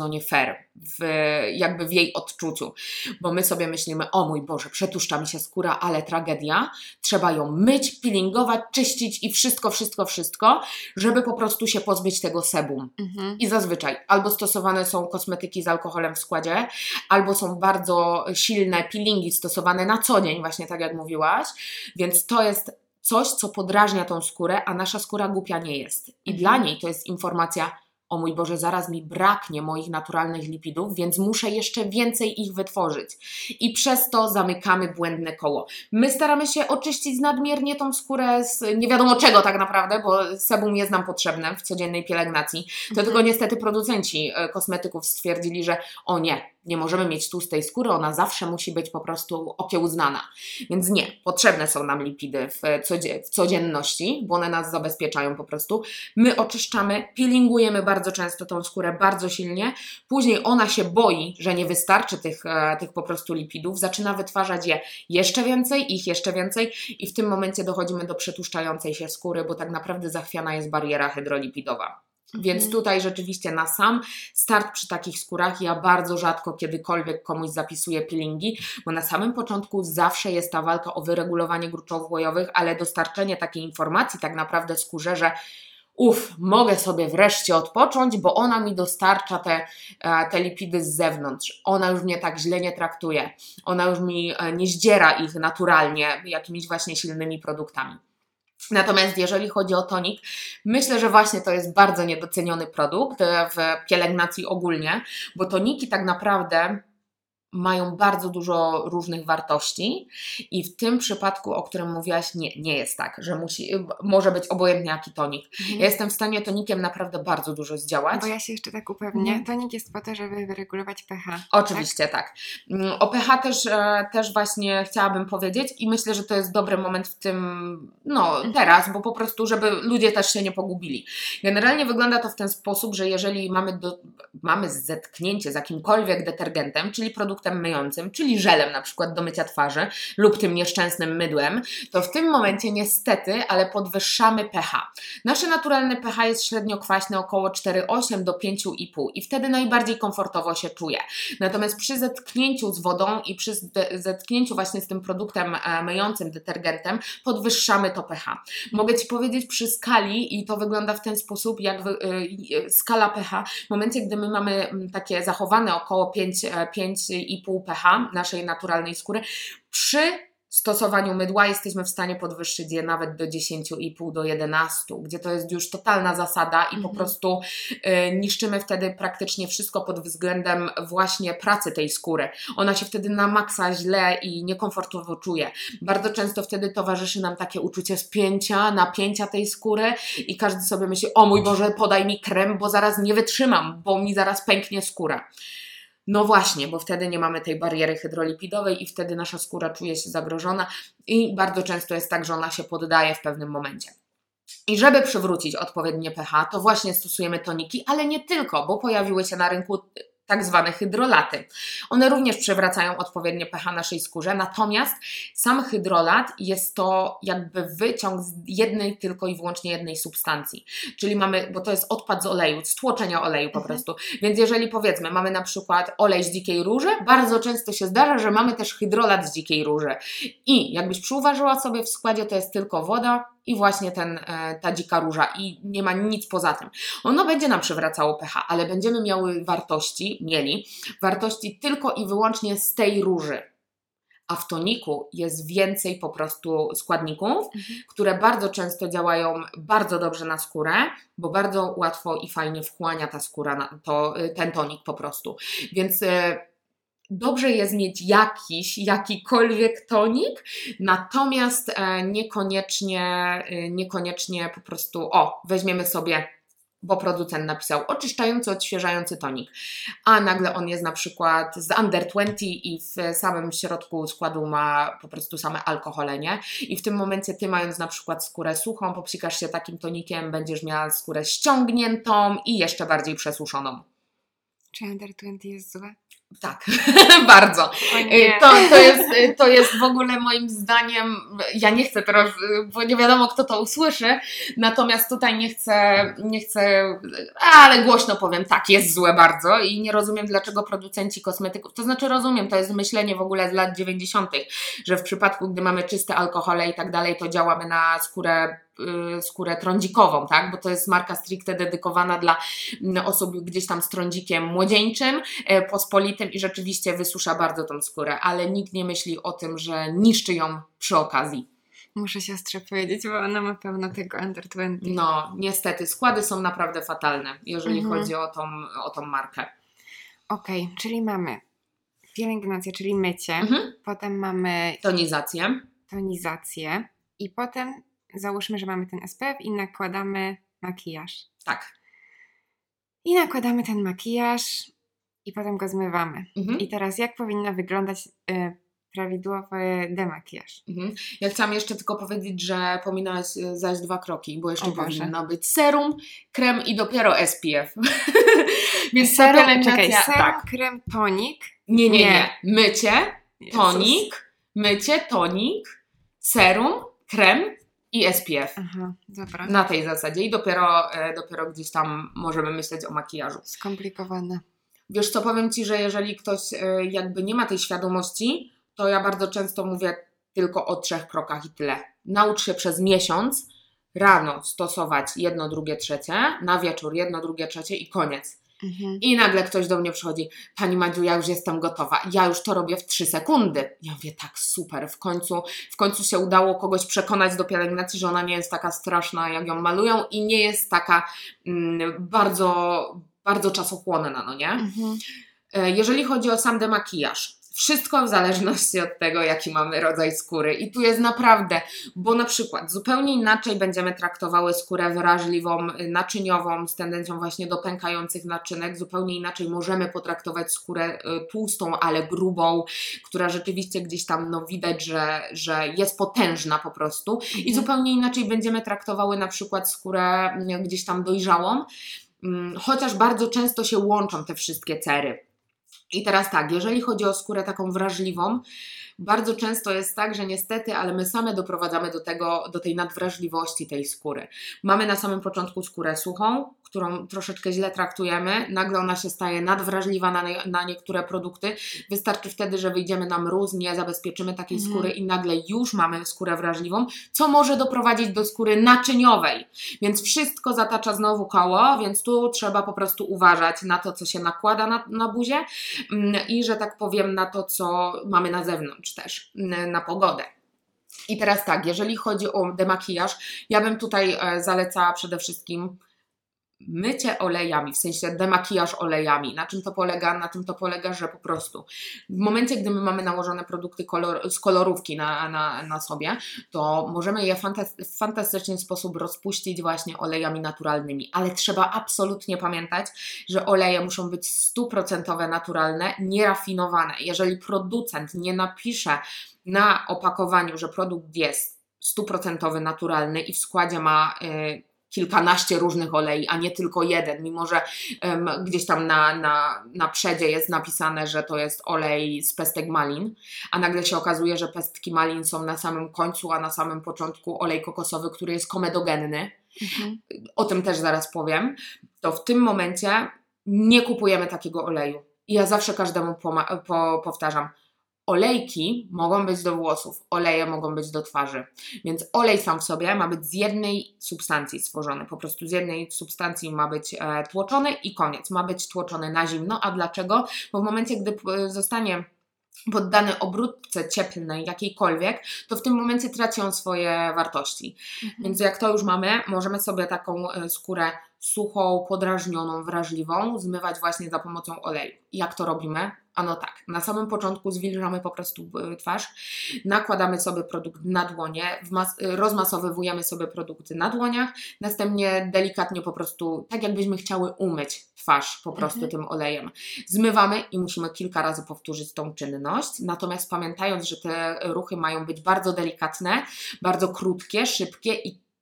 fair w, jakby w jej odczuciu, bo my sobie myślimy, o mój Boże, przetłuszcza mi się skóra, ale tragedia, trzeba ją myć, peelingować, czyścić i wszystko, wszystko, wszystko, żeby po prostu się pozbyć tego sebum. Mhm. I zazwyczaj albo stosowane są kosmetyki z alkoholem w składzie, albo są bardzo silne peelingi stosowane na co dzień, właśnie tak jak mówiłaś, więc to jest coś, co podrażnia tą skórę, a nasza skóra głupia nie jest. I mhm. dla niej to jest informacja, o mój Boże, zaraz mi braknie moich naturalnych lipidów, więc muszę jeszcze więcej ich wytworzyć. I przez to zamykamy błędne koło. My staramy się oczyścić nadmiernie tą skórę z nie wiadomo czego tak naprawdę, bo sebum jest nam potrzebne w codziennej pielęgnacji. To mhm. tylko niestety producenci kosmetyków stwierdzili, że o nie, nie możemy mieć tłustej skóry, ona zawsze musi być po prostu okiełznana. Więc nie, potrzebne są nam lipidy w, codzie- w codzienności, bo one nas zabezpieczają po prostu. My oczyszczamy, peelingujemy bardzo często tą skórę bardzo silnie, później ona się boi, że nie wystarczy tych, tych po prostu lipidów, zaczyna wytwarzać je jeszcze więcej, ich jeszcze więcej i w tym momencie dochodzimy do przetłuszczającej się skóry, bo tak naprawdę zachwiana jest bariera hydrolipidowa. Więc tutaj rzeczywiście na sam start przy takich skórach ja bardzo rzadko kiedykolwiek komuś zapisuję peelingi, bo na samym początku zawsze jest ta walka o wyregulowanie gruczołów łojowych, ale dostarczenie takiej informacji tak naprawdę skórze, że uff, mogę sobie wreszcie odpocząć, bo ona mi dostarcza te, te lipidy z zewnątrz. Ona już mnie tak źle nie traktuje. Ona już mi nie zdziera ich naturalnie jakimiś właśnie silnymi produktami. Natomiast jeżeli chodzi o tonik, myślę, że właśnie to jest bardzo niedoceniony produkt w pielęgnacji ogólnie, bo toniki tak naprawdę mają bardzo dużo różnych wartości i w tym przypadku, o którym mówiłaś, nie, nie jest tak, że musi, może być obojętnie jaki tonik. Mhm. Ja jestem w stanie tonikiem naprawdę bardzo dużo zdziałać. Bo ja się jeszcze tak upewnię, mhm. tonik jest po to, żeby wyregulować pH. Oczywiście tak. tak. O pH też, też właśnie chciałabym powiedzieć i myślę, że to jest dobry moment w tym, no mhm. teraz, bo po prostu, żeby ludzie też się nie pogubili. Generalnie wygląda to w ten sposób, że jeżeli mamy, do, mamy zetknięcie z jakimkolwiek detergentem, czyli produktem myjącym, czyli żelem na przykład do mycia twarzy lub tym nieszczęsnym mydłem, to w tym momencie niestety, ale podwyższamy pH. Nasze naturalne pH jest średnio kwaśne około cztery przecinek osiem do pięć i pół i wtedy najbardziej komfortowo się czuje. Natomiast przy zetknięciu z wodą i przy zetknięciu właśnie z tym produktem myjącym, detergentem, podwyższamy to pH. Mogę Ci powiedzieć przy skali i to wygląda w ten sposób, jak wy, y, skala pH, w momencie, gdy my mamy takie zachowane około pięć i pół pH naszej naturalnej skóry, przy stosowaniu mydła jesteśmy w stanie podwyższyć je nawet do dziesięć i pół do jedenastu, gdzie to jest już totalna zasada i mm-hmm. po prostu y, niszczymy wtedy praktycznie wszystko pod względem właśnie pracy tej skóry. Ona się wtedy na maksa źle i niekomfortowo czuje. Bardzo często wtedy towarzyszy nam takie uczucie spięcia, napięcia tej skóry i każdy sobie myśli, o mój Boże, podaj mi krem, bo zaraz nie wytrzymam, bo mi zaraz pęknie skóra. No właśnie, bo wtedy nie mamy tej bariery hydrolipidowej i wtedy nasza skóra czuje się zagrożona i bardzo często jest tak, że ona się poddaje w pewnym momencie. I żeby przywrócić odpowiednie pH, to właśnie stosujemy toniki, ale nie tylko, bo pojawiły się na rynku tak zwane hydrolaty. One również przywracają odpowiednie pH naszej skórze, natomiast sam hydrolat jest to jakby wyciąg z jednej tylko i wyłącznie jednej substancji. Czyli mamy, bo to jest odpad z oleju, z tłoczenia oleju po mhm. prostu. Więc jeżeli powiedzmy, mamy na przykład olej z dzikiej róży, bardzo często się zdarza, że mamy też hydrolat z dzikiej róży. I jakbyś przyuważyła sobie w składzie, to jest tylko woda i właśnie ten, ta dzika róża i nie ma nic poza tym. Ono będzie nam przywracało pH, ale będziemy miały wartości, mieli wartości tylko i wyłącznie z tej róży. A w toniku jest więcej po prostu składników, mhm. które bardzo często działają bardzo dobrze na skórę, bo bardzo łatwo i fajnie wchłania ta skóra, to, ten tonik po prostu. Więc dobrze jest mieć jakiś, jakikolwiek tonik, natomiast niekoniecznie, niekoniecznie po prostu, o, weźmiemy sobie, bo producent napisał oczyszczający, odświeżający tonik, a nagle on jest na przykład z under dwadzieścia i w samym środku składu ma po prostu same alkohole, nie? I w tym momencie Ty, mając na przykład skórę suchą, popsikasz się takim tonikiem, będziesz miała skórę ściągniętą i jeszcze bardziej przesuszoną. Czy under dwadzieścia jest złe? Tak, bardzo. To, to, jest, to jest w ogóle moim zdaniem, ja nie chcę teraz, bo nie wiadomo kto to usłyszy, natomiast tutaj nie chcę, nie chcę, ale głośno powiem, tak, jest złe bardzo i nie rozumiem dlaczego producenci kosmetyków, to znaczy rozumiem, to jest myślenie w ogóle z lat dziewięćdziesiątych, że w przypadku gdy mamy czyste alkohole i tak dalej, to działamy na skórę skórę trądzikową, tak? Bo to jest marka stricte dedykowana dla osób gdzieś tam z trądzikiem młodzieńczym, pospolitym i rzeczywiście wysusza bardzo tą skórę, ale nikt nie myśli o tym, że niszczy ją przy okazji. Muszę siostrze powiedzieć, bo ona ma pełno tego under dwadzieścia. No, niestety, składy są naprawdę fatalne, jeżeli mhm. chodzi o tą, o tą markę. Okej, okay, czyli mamy pielęgnację, czyli mycie, mhm. potem mamy tonizację, tonizację i potem załóżmy, że mamy ten S P F i nakładamy makijaż. Tak. I nakładamy ten makijaż i potem go zmywamy. Mhm. I teraz jak powinna wyglądać y, prawidłowy demakijaż? Mhm. Ja chciałam jeszcze tylko powiedzieć, że pominęłaś zaś dwa kroki, bo jeszcze powinno być serum, krem i dopiero S P F. Więc serum, czekaj, serum, tak. krem, tonik. Nie, nie, nie. Mycie, tonik, mycie, tonik, serum, krem i S P F. Aha, dobra. Na tej zasadzie i dopiero, e, dopiero gdzieś tam możemy myśleć o makijażu. Skomplikowane. Wiesz co, powiem Ci, że jeżeli ktoś e, jakby nie ma tej świadomości, to ja bardzo często mówię tylko o trzech krokach i tyle. Naucz się przez miesiąc rano stosować jedno, drugie, trzecie, na wieczór jedno, drugie, trzecie i koniec. Mhm. I nagle ktoś do mnie przychodzi, Pani Madziu, ja już jestem gotowa, ja już to robię w trzy sekundy. Ja mówię, tak, super, w końcu, w końcu się udało kogoś przekonać do pielęgnacji, że ona nie jest taka straszna, jak ją malują i nie jest taka mm, bardzo, bardzo czasochłonna, no nie? Mhm. Jeżeli chodzi o sam demakijaż, wszystko w zależności od tego, jaki mamy rodzaj skóry. I tu jest naprawdę, bo na przykład zupełnie inaczej będziemy traktowały skórę wrażliwą, naczyniową, z tendencją właśnie do pękających naczynek. Zupełnie inaczej możemy potraktować skórę tłustą, ale grubą, która rzeczywiście gdzieś tam no, widać, że, że jest potężna po prostu. Mhm. I zupełnie inaczej będziemy traktowały na przykład skórę gdzieś tam dojrzałą, chociaż bardzo często się łączą te wszystkie cery. I teraz tak, jeżeli chodzi o skórę taką wrażliwą, bardzo często jest tak, że niestety, ale my same doprowadzamy do tego, do tej nadwrażliwości tej skóry. Mamy na samym początku skórę suchą, którą troszeczkę źle traktujemy, nagle ona się staje nadwrażliwa na, na niektóre produkty. Wystarczy wtedy, że wyjdziemy na mróz, nie zabezpieczymy takiej mm. skóry i nagle już mamy skórę wrażliwą, co może doprowadzić do skóry naczyniowej. Więc wszystko zatacza znowu koło, więc tu trzeba po prostu uważać na to, co się nakłada na, na buzię i, że tak powiem, na to, co mamy na zewnątrz też, na pogodę. I teraz tak, jeżeli chodzi o demakijaż, ja bym tutaj zalecała przede wszystkim mycie olejami, w sensie demakijaż olejami. Na czym to polega? Na tym to polega, że po prostu w momencie, gdy my mamy nałożone produkty kolor, z kolorówki na, na, na sobie, to możemy je fantasty- w fantastyczny sposób rozpuścić właśnie olejami naturalnymi, ale trzeba absolutnie pamiętać, że oleje muszą być stuprocentowe naturalne, nierafinowane. Jeżeli producent nie napisze na opakowaniu, że produkt jest stuprocentowy, naturalny i w składzie ma yy, kilkanaście różnych olei, a nie tylko jeden, mimo że um, gdzieś tam na, na, na przedzie jest napisane, że to jest olej z pestek malin, a nagle się okazuje, że pestki malin są na samym końcu, a na samym początku olej kokosowy, który jest komedogenny. Mhm. O tym też zaraz powiem. To w tym momencie nie kupujemy takiego oleju. I ja zawsze każdemu poma- po, powtarzam, olejki mogą być do włosów, oleje mogą być do twarzy, więc olej sam w sobie ma być z jednej substancji stworzony, po prostu z jednej substancji ma być e, tłoczony i koniec, ma być tłoczony na zimno. A dlaczego? Bo w momencie, gdy zostanie poddany obróbce cieplnej jakiejkolwiek, to w tym momencie traci on swoje wartości. Mhm. Więc jak to już mamy, możemy sobie taką skórę suchą, podrażnioną, wrażliwą zmywać właśnie za pomocą oleju. Jak to robimy? Ano tak, na samym początku zwilżamy po prostu twarz, nakładamy sobie produkt na dłonie, wmas- rozmasowywujemy sobie produkty na dłoniach, następnie delikatnie po prostu, tak jakbyśmy chciały umyć twarz po prostu mhm. tym olejem. Zmywamy i musimy kilka razy powtórzyć tą czynność, natomiast pamiętając, że te ruchy mają być bardzo delikatne, bardzo krótkie, szybkie i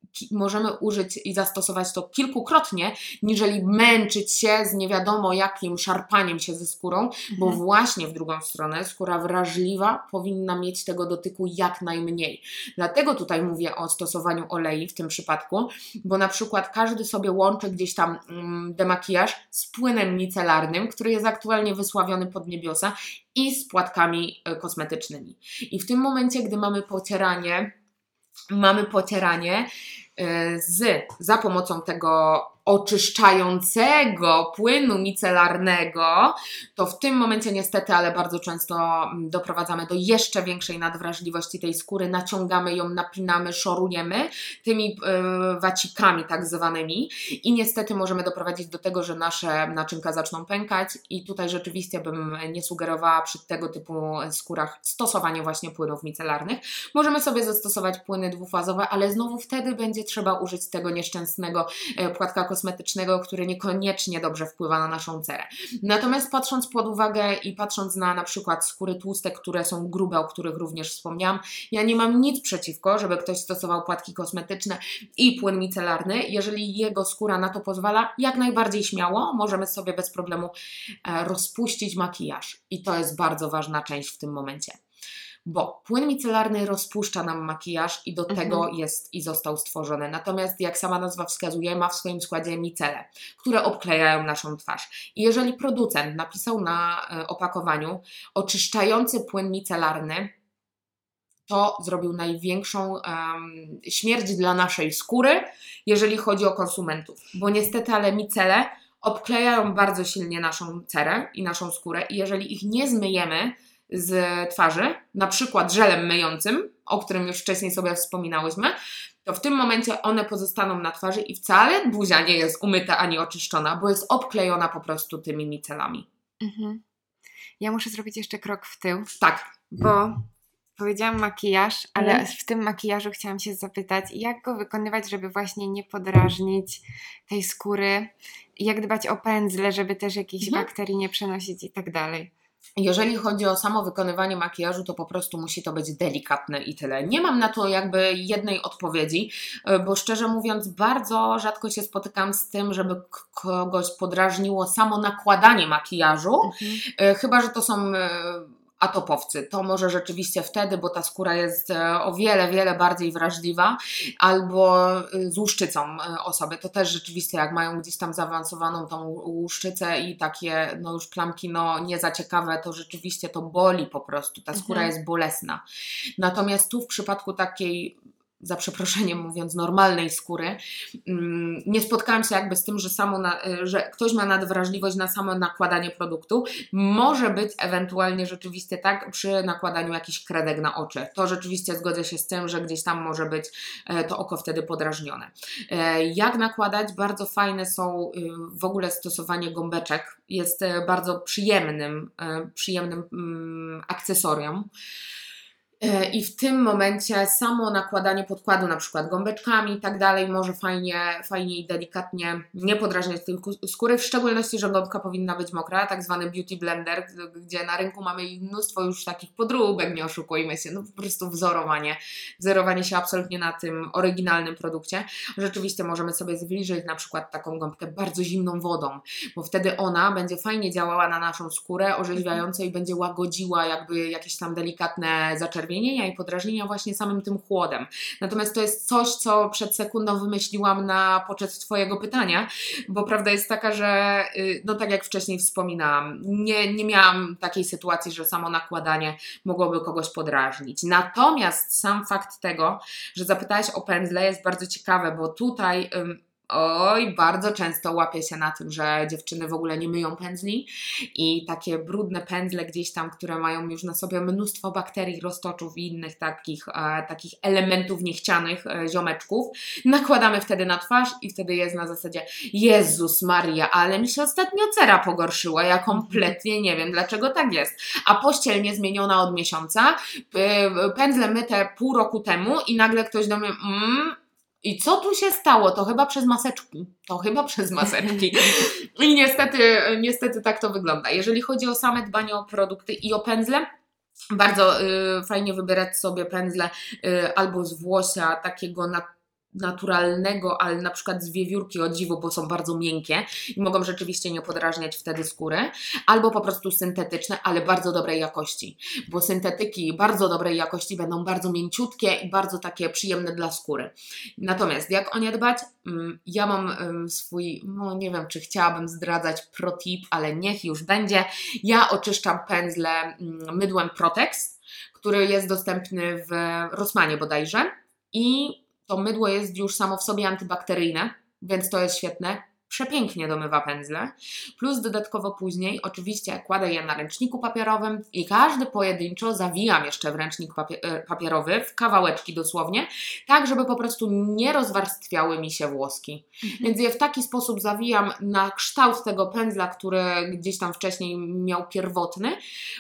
możemy użyć i zastosować to kilkukrotnie, niżeli męczyć się z nie wiadomo jakim szarpaniem się ze skórą, mhm. bo właśnie w drugą stronę skóra wrażliwa powinna mieć tego dotyku jak najmniej. Dlatego tutaj mówię o stosowaniu olei w tym przypadku, bo na przykład każdy sobie łączy gdzieś tam mm, demakijaż z płynem micelarnym, który jest aktualnie wysławiony pod niebiosa i z płatkami y, kosmetycznymi. I w tym momencie, gdy mamy pocieranie, mamy pocieranie y, z, za pomocą tego oczyszczającego płynu micelarnego, to w tym momencie niestety, ale bardzo często doprowadzamy do jeszcze większej nadwrażliwości tej skóry, naciągamy ją, napinamy, szorujemy tymi yy, wacikami tak zwanymi i niestety możemy doprowadzić do tego, że nasze naczynka zaczną pękać i tutaj rzeczywiście bym nie sugerowała przy tego typu skórach stosowanie właśnie płynów micelarnych. Możemy sobie zastosować płyny dwufazowe, ale znowu wtedy będzie trzeba użyć tego nieszczęsnego yy, płatka kosmetycznego, kosmetycznego, który niekoniecznie dobrze wpływa na naszą cerę. Natomiast patrząc pod uwagę i patrząc na na przykład skóry tłuste, które są grube, o których również wspomniałam, ja nie mam nic przeciwko, żeby ktoś stosował płatki kosmetyczne i płyn micelarny. Jeżeli jego skóra na to pozwala, jak najbardziej śmiało, możemy sobie bez problemu rozpuścić makijaż. I to jest bardzo ważna część w tym momencie. Bo płyn micelarny rozpuszcza nam makijaż i do mhm. tego jest i został stworzony. Natomiast jak sama nazwa wskazuje, ma w swoim składzie micele, które obklejają naszą twarz. I jeżeli producent napisał na opakowaniu oczyszczający płyn micelarny, to zrobił największą um, śmierć dla naszej skóry, jeżeli chodzi o konsumentów. Bo niestety, ale micele obklejają bardzo silnie naszą cerę i naszą skórę i jeżeli ich nie zmyjemy z twarzy, na przykład żelem myjącym, o którym już wcześniej sobie wspominałyśmy, to w tym momencie one pozostaną na twarzy i wcale buzia nie jest umyta ani oczyszczona, bo jest obklejona po prostu tymi micelami. Mhm. Ja muszę zrobić jeszcze krok w tył. Tak. Bo powiedziałam makijaż, ale mm. w tym makijażu chciałam się zapytać, jak go wykonywać, żeby właśnie nie podrażnić tej skóry, jak dbać o pędzle, żeby też jakichś mhm. bakterii nie przenosić i tak dalej. Jeżeli chodzi o samo wykonywanie makijażu, to po prostu musi to być delikatne i tyle. Nie mam na to jakby jednej odpowiedzi, bo szczerze mówiąc bardzo rzadko się spotykam z tym, żeby kogoś podrażniło samo nakładanie makijażu, mhm. chyba że to są atopowcy. To może rzeczywiście wtedy, bo ta skóra jest o wiele, wiele bardziej wrażliwa, albo z łuszczycą osoby. To też rzeczywiście, jak mają gdzieś tam zaawansowaną tą łuszczycę i takie no już plamki no nie za ciekawe, to rzeczywiście to boli po prostu. Ta skóra mhm. jest bolesna. Natomiast tu w przypadku takiej, za przeproszeniem mówiąc, normalnej skóry, nie spotkałam się jakby z tym, że, samo na, że ktoś ma nadwrażliwość na samo nakładanie produktu. Może być ewentualnie rzeczywiście tak przy nakładaniu jakichś kredek na oczy. To rzeczywiście zgodzę się z tym, że gdzieś tam może być to oko wtedy podrażnione. Jak nakładać? Bardzo fajne są w ogóle stosowanie gąbeczek. Jest bardzo przyjemnym, przyjemnym akcesorium. I w tym momencie samo nakładanie podkładu, na przykład gąbeczkami i tak dalej, może fajnie, fajnie i delikatnie nie podrażniać tylko skóry, w szczególności, że gąbka powinna być mokra, tak zwany beauty blender, gdzie na rynku mamy mnóstwo już takich podróbek, nie oszukujmy się, no po prostu wzorowanie, wzorowanie się absolutnie na tym oryginalnym produkcie. Rzeczywiście możemy sobie zwilżyć na przykład taką gąbkę bardzo zimną wodą, bo wtedy ona będzie fajnie działała na naszą skórę, orzeźwiająco i będzie łagodziła jakby jakieś tam delikatne zaczerwienia i podrażnienia właśnie samym tym chłodem. Natomiast to jest coś, co przed sekundą wymyśliłam na poczet Twojego pytania, bo prawda jest taka, że no tak jak wcześniej wspominałam, nie, nie miałam takiej sytuacji, że samo nakładanie mogłoby kogoś podrażnić. Natomiast sam fakt tego, że zapytałaś o pędzle, jest bardzo ciekawe, bo tutaj ym, Oj, bardzo często łapię się na tym, że dziewczyny w ogóle nie myją pędzli i takie brudne pędzle gdzieś tam, które mają już na sobie mnóstwo bakterii, roztoczów i innych takich, e, takich elementów niechcianych e, ziomeczków, nakładamy wtedy na twarz i wtedy jest na zasadzie Jezus Maria, ale mi się ostatnio cera pogorszyła, ja kompletnie nie wiem, dlaczego tak jest. A pościel niezmieniona od miesiąca, e, pędzle myte pół roku temu i nagle ktoś do mnie mm, i co tu się stało? To chyba przez maseczki. To chyba przez maseczki. I niestety, niestety tak to wygląda. Jeżeli chodzi o same dbanie o produkty i o pędzle, bardzo y, fajnie wybierać sobie pędzle y, albo z włosia takiego na naturalnego, ale na przykład z wiewiórki, o dziwo, bo są bardzo miękkie i mogą rzeczywiście nie podrażniać wtedy skóry, albo po prostu syntetyczne, ale bardzo dobrej jakości, bo syntetyki bardzo dobrej jakości będą bardzo mięciutkie i bardzo takie przyjemne dla skóry. Natomiast jak o nie dbać? Ja mam swój, no nie wiem, czy chciałabym zdradzać pro tip, ale niech już będzie. Ja oczyszczam pędzle mydłem Protex, który jest dostępny w Rossmanie bodajże i to mydło jest już samo w sobie antybakteryjne, więc to jest świetne. Przepięknie domywa pędzle. Plus dodatkowo później oczywiście kładę je na ręczniku papierowym i każdy pojedynczo zawijam jeszcze w ręcznik papier- papierowy, w kawałeczki dosłownie, tak żeby po prostu nie rozwarstwiały mi się włoski. Mhm. Więc je w taki sposób zawijam na kształt tego pędzla, który gdzieś tam wcześniej miał pierwotny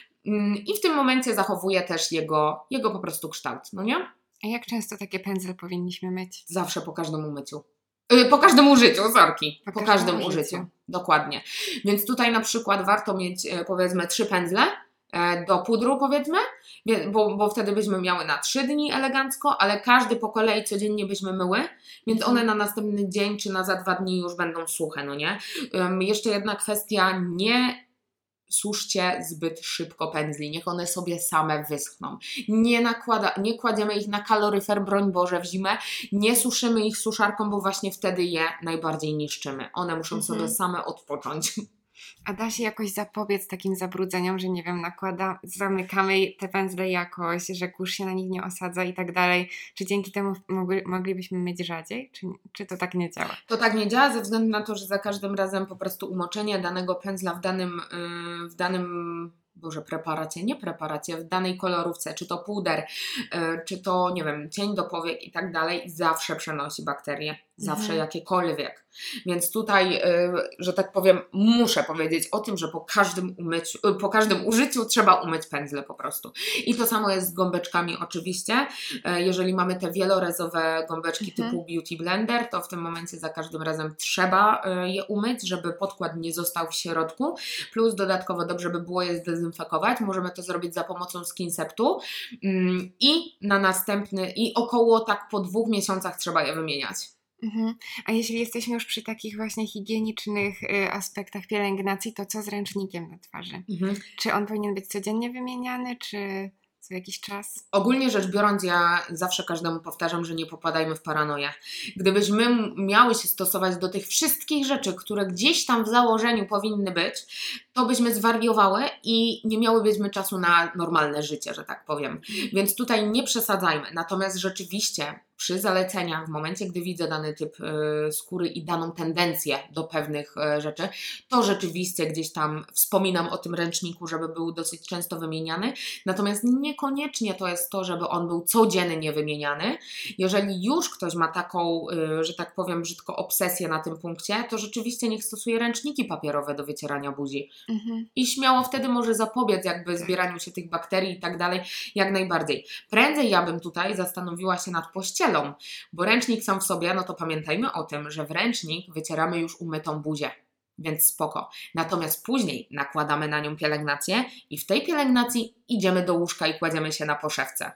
i w tym momencie zachowuję też jego, jego po prostu kształt, no nie? A jak często takie pędzle powinniśmy myć? Zawsze po każdym umyciu. Yy, po każdym użyciu, sorki. Po, po każdym, każdym użyciu. użyciu. Dokładnie. Więc tutaj na przykład warto mieć yy, powiedzmy trzy pędzle yy, do pudru powiedzmy, bo, bo wtedy byśmy miały na trzy dni elegancko, ale każdy po kolei codziennie byśmy myły, więc one na następny dzień czy na za dwa dni już będą suche, no nie? Yy, jeszcze jedna kwestia, nie suszcie zbyt szybko pędzli, niech one sobie same wyschną. Nie, nakłada, nie kładziemy ich na kaloryfer, broń Boże, w zimę, nie suszymy ich suszarką, bo właśnie wtedy je najbardziej niszczymy. One muszą mhm. sobie same odpocząć. A da się jakoś zapobiec takim zabrudzeniom, że nie wiem, nakłada, zamykamy te pędzle jakoś, że kurz się na nich nie osadza i tak dalej. Czy dzięki temu mogli, moglibyśmy myć rzadziej? Czy, czy to tak nie działa? To tak nie działa ze względu na to, że za każdym razem po prostu umoczenie danego pędzla w danym, yy, w danym Boże, preparacie, nie preparacie, w danej kolorówce, czy to puder, yy, czy to, nie wiem, cień do powiek i tak dalej, zawsze przenosi bakterie. Zawsze mhm. jakiekolwiek. Więc tutaj, yy, że tak powiem, muszę powiedzieć o tym, że po każdym umyciu, yy, po każdym użyciu trzeba umyć pędzle po prostu. I to samo jest z gąbeczkami oczywiście. Yy, jeżeli mamy te wielorazowe gąbeczki mhm. typu Beauty Blender, to w tym momencie za każdym razem trzeba yy, je umyć, żeby podkład nie został w środku. Plus dodatkowo dobrze by było je zdezynfekować. Możemy to zrobić za pomocą Skinseptu. Yy, I na następny, i około tak po dwóch miesiącach trzeba je wymieniać. Mhm. A jeśli jesteśmy już przy takich właśnie higienicznych y, aspektach pielęgnacji, to co z ręcznikiem na twarzy? Mhm. Czy on powinien być codziennie wymieniany, czy co jakiś czas? Ogólnie rzecz biorąc, ja zawsze każdemu powtarzam, że nie popadajmy w paranoję. Gdybyśmy miały się stosować do tych wszystkich rzeczy, które gdzieś tam w założeniu powinny być, to byśmy zwariowały i nie miałybyśmy czasu na normalne życie, że tak powiem. Mhm. Więc tutaj nie przesadzajmy. Natomiast rzeczywiście przy zaleceniach, w momencie, gdy widzę dany typ y, skóry i daną tendencję do pewnych y, rzeczy, to rzeczywiście gdzieś tam wspominam o tym ręczniku, żeby był dosyć często wymieniany. Natomiast niekoniecznie to jest to, żeby on był codziennie wymieniany. Jeżeli już ktoś ma taką, y, że tak powiem brzydko, obsesję na tym punkcie, to rzeczywiście niech stosuje ręczniki papierowe do wycierania buzi. Mhm. I śmiało wtedy może zapobiec jakby zbieraniu się tych bakterii i tak dalej, jak najbardziej. Prędzej ja bym tutaj zastanowiła się nad pościelą, bo ręcznik sam w sobie, no to pamiętajmy o tym, że w ręcznik wycieramy już umytą buzię, więc spoko. Natomiast później nakładamy na nią pielęgnację i w tej pielęgnacji idziemy do łóżka i kładziemy się na poszewce.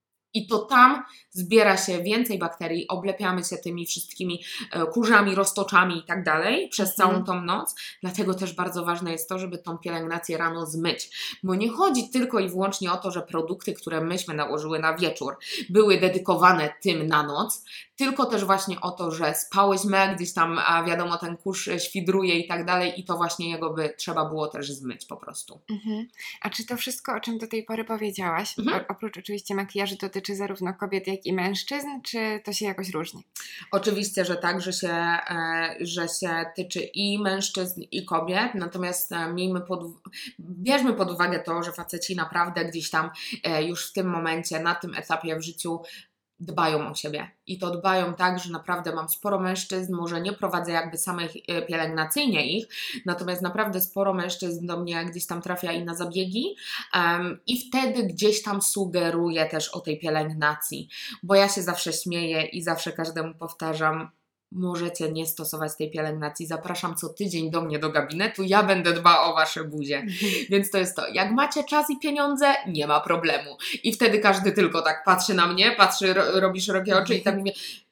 I to tam zbiera się więcej bakterii, oblepiamy się tymi wszystkimi kurzami, roztoczami i tak dalej przez całą mhm. tą noc. Dlatego też bardzo ważne jest to, żeby tą pielęgnację rano zmyć. Bo nie chodzi tylko i wyłącznie o to, że produkty, które myśmy nałożyły na wieczór, były dedykowane tym na noc, tylko też właśnie o to, że spałyśmy, gdzieś tam, a wiadomo, ten kurz świdruje i tak dalej i to właśnie jego by trzeba było też zmyć po prostu. Mhm. A czy to wszystko, o czym do tej pory powiedziałaś, mhm. oprócz oczywiście makijażu, dotyczy zarówno kobiet, jak i mężczyzn, czy to się jakoś różni? Oczywiście, że tak, że się, e, że się tyczy i mężczyzn, i kobiet, natomiast e, miejmy pod, bierzmy pod uwagę to, że faceci naprawdę gdzieś tam e, już w tym momencie, na tym etapie w życiu dbają o siebie i to dbają tak, że naprawdę mam sporo mężczyzn, może nie prowadzę jakby samych pielęgnacyjnie ich, natomiast naprawdę sporo mężczyzn do mnie gdzieś tam trafia i na zabiegi um, i wtedy gdzieś tam sugeruję też o tej pielęgnacji, bo ja się zawsze śmieję i zawsze każdemu powtarzam, możecie nie stosować tej pielęgnacji, zapraszam co tydzień do mnie do gabinetu, ja będę dbała o Wasze buzie. Mhm. Więc to jest to, jak macie czas i pieniądze, nie ma problemu. I wtedy każdy tylko tak patrzy na mnie, patrzy, ro, robi szerokie oczy i tak mówię,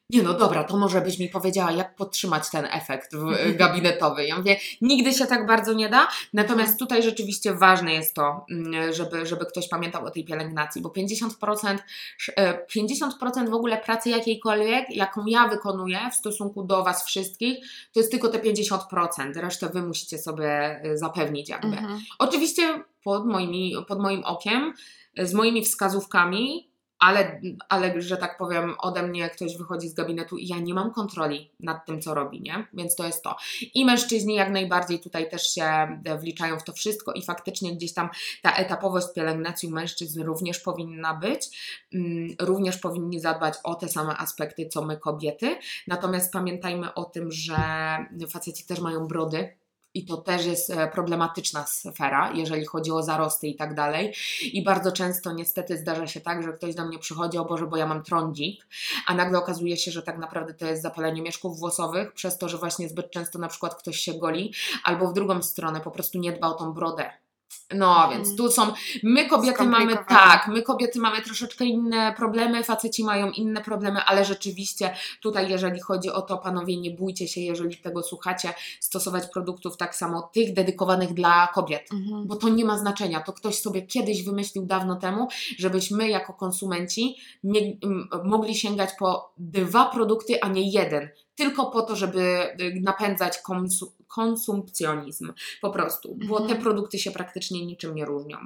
nie no dobra, to może byś mi powiedziała, jak podtrzymać ten efekt gabinetowy. Ja mówię, nigdy się tak bardzo nie da, natomiast tutaj rzeczywiście ważne jest to, żeby, żeby ktoś pamiętał o tej pielęgnacji, bo pięćdziesiąt procent, pięćdziesiąt procent w ogóle pracy jakiejkolwiek, jaką ja wykonuję w stosunku do Was wszystkich, to jest tylko te pięćdziesiąt procent, resztę Wy musicie sobie zapewnić jakby. Mhm. Oczywiście pod, moimi, pod moim okiem, z moimi wskazówkami, Ale, ale, że tak powiem, ode mnie ktoś wychodzi z gabinetu i ja nie mam kontroli nad tym, co robi, nie? Więc to jest to. I mężczyźni jak najbardziej tutaj też się wliczają w to wszystko i faktycznie gdzieś tam ta etapowość pielęgnacji u mężczyzn również powinna być. Również powinni zadbać o te same aspekty, co my kobiety. Natomiast pamiętajmy o tym, że faceci też mają brody. I to też jest problematyczna sfera, jeżeli chodzi o zarosty i tak dalej. I bardzo często niestety zdarza się tak, że ktoś do mnie przychodzi, o Boże, bo ja mam trądzik, a nagle okazuje się, że tak naprawdę to jest zapalenie mieszków włosowych, przez to, że właśnie zbyt często na przykład ktoś się goli, albo w drugą stronę po prostu nie dba o tą brodę. No, więc tu są, my kobiety mamy, tak, my kobiety mamy troszeczkę inne problemy, faceci mają inne problemy, ale rzeczywiście tutaj, jeżeli chodzi o to, panowie, nie bójcie się, jeżeli tego słuchacie, stosować produktów tak samo tych dedykowanych dla kobiet, mhm. bo to nie ma znaczenia, to ktoś sobie kiedyś wymyślił dawno temu, żebyśmy jako konsumenci nie, m, mogli sięgać po dwa produkty, a nie jeden. Tylko po to, żeby napędzać konsu- konsumpcjonizm po prostu, bo mhm. te produkty się praktycznie niczym nie różnią.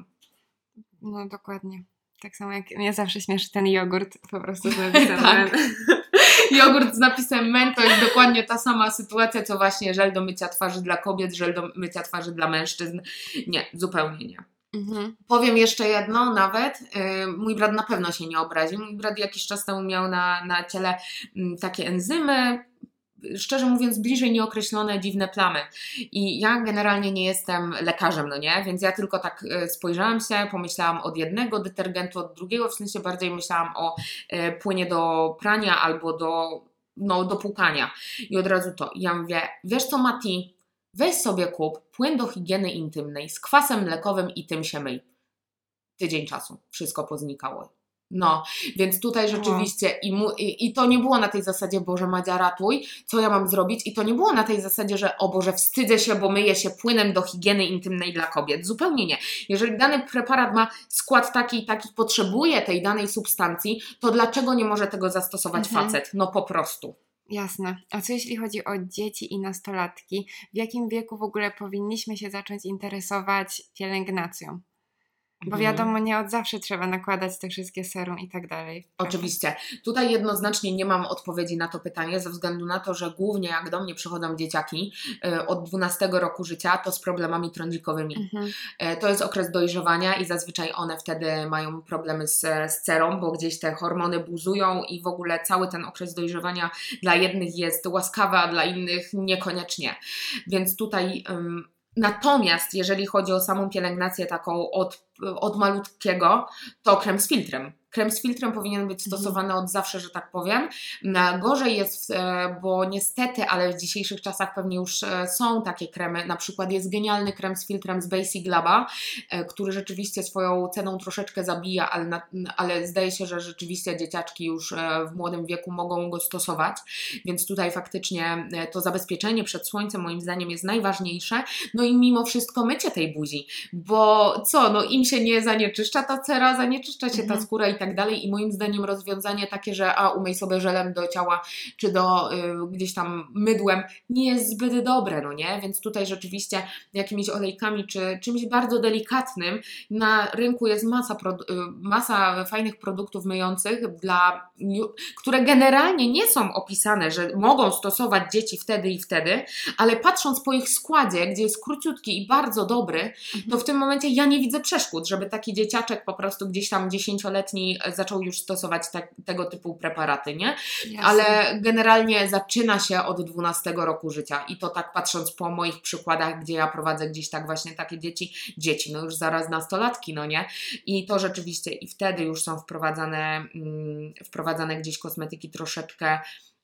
No dokładnie. Tak samo jak mnie zawsze śmieszy ten jogurt po prostu z napisem tak. Jogurt z napisem men to jest dokładnie ta sama sytuacja, co właśnie żel do mycia twarzy dla kobiet, żel do mycia twarzy dla mężczyzn. Nie, zupełnie nie. Mhm. Powiem jeszcze jedno nawet, yy, mój brat na pewno się nie obrazi, mój brat jakiś czas temu miał na, na ciele yy, takie enzymy, szczerze mówiąc bliżej nieokreślone dziwne plamy i ja generalnie nie jestem lekarzem, no nie, więc ja tylko tak yy, spojrzałam się, pomyślałam od jednego detergentu, od drugiego, w sensie bardziej myślałam o yy, płynie do prania albo do, no, do płukania i od razu to, ja mówię, wiesz co Mati, weź sobie kup płyn do higieny intymnej z kwasem mlekowym i tym się myj. Tydzień czasu. Wszystko poznikało. No, więc tutaj rzeczywiście i, mu, i, i to nie było na tej zasadzie, Boże Madzia ratuj, co ja mam zrobić i to nie było na tej zasadzie, że o Boże wstydzę się, bo myję się płynem do higieny intymnej dla kobiet. Zupełnie nie. Jeżeli dany preparat ma skład taki i taki, potrzebuje tej danej substancji, to dlaczego nie może tego zastosować mhm. facet? No po prostu. Jasne. A co jeśli chodzi o dzieci i nastolatki? W jakim wieku w ogóle powinniśmy się zacząć interesować pielęgnacją? Bo wiadomo, nie od zawsze trzeba nakładać te wszystkie serum i tak dalej. Oczywiście. Tutaj jednoznacznie nie mam odpowiedzi na to pytanie, ze względu na to, że głównie jak do mnie przychodzą dzieciaki y, od dwunastego roku życia, to z problemami trądzikowymi. Mhm. Y, to jest okres dojrzewania i zazwyczaj one wtedy mają problemy z, z cerą, bo gdzieś te hormony buzują i w ogóle cały ten okres dojrzewania dla jednych jest łaskawy, a dla innych niekoniecznie. Więc tutaj... Ym, Natomiast jeżeli chodzi o samą pielęgnację taką od, od malutkiego, to krem z filtrem. Krem z filtrem powinien być stosowany od zawsze, że tak powiem. Gorzej jest, bo niestety, ale w dzisiejszych czasach pewnie już są takie kremy. Na przykład jest genialny krem z filtrem z Basic Laba, który rzeczywiście swoją ceną troszeczkę zabija, ale, na, ale zdaje się, że rzeczywiście dzieciaczki już w młodym wieku mogą go stosować. Więc tutaj faktycznie to zabezpieczenie przed słońcem moim zdaniem jest najważniejsze. No i mimo wszystko mycie tej buzi, bo co, no im się nie zanieczyszcza ta cera, zanieczyszcza się mhm. ta skóra i tak dalej i moim zdaniem rozwiązanie takie, że a umyj sobie żelem do ciała czy do y, gdzieś tam mydłem nie jest zbyt dobre, no nie? Więc tutaj rzeczywiście jakimiś olejkami czy czymś bardzo delikatnym na rynku jest masa, pro, y, masa fajnych produktów myjących, dla, które generalnie nie są opisane, że mogą stosować dzieci wtedy i wtedy, ale patrząc po ich składzie, gdzie jest króciutki i bardzo dobry, mhm. to w tym momencie ja nie widzę przeszkód, żeby taki dzieciaczek po prostu gdzieś tam dziesięcioletni zaczął już stosować te, tego typu preparaty, nie? Jasne. Ale generalnie zaczyna się od dwunastego roku życia i to tak patrząc po moich przykładach, gdzie ja prowadzę gdzieś tak właśnie takie dzieci, dzieci, no już zaraz nastolatki, no nie? I to rzeczywiście i wtedy już są wprowadzane, mm, wprowadzane gdzieś kosmetyki troszeczkę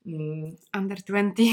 mm, Under dwadzieścia.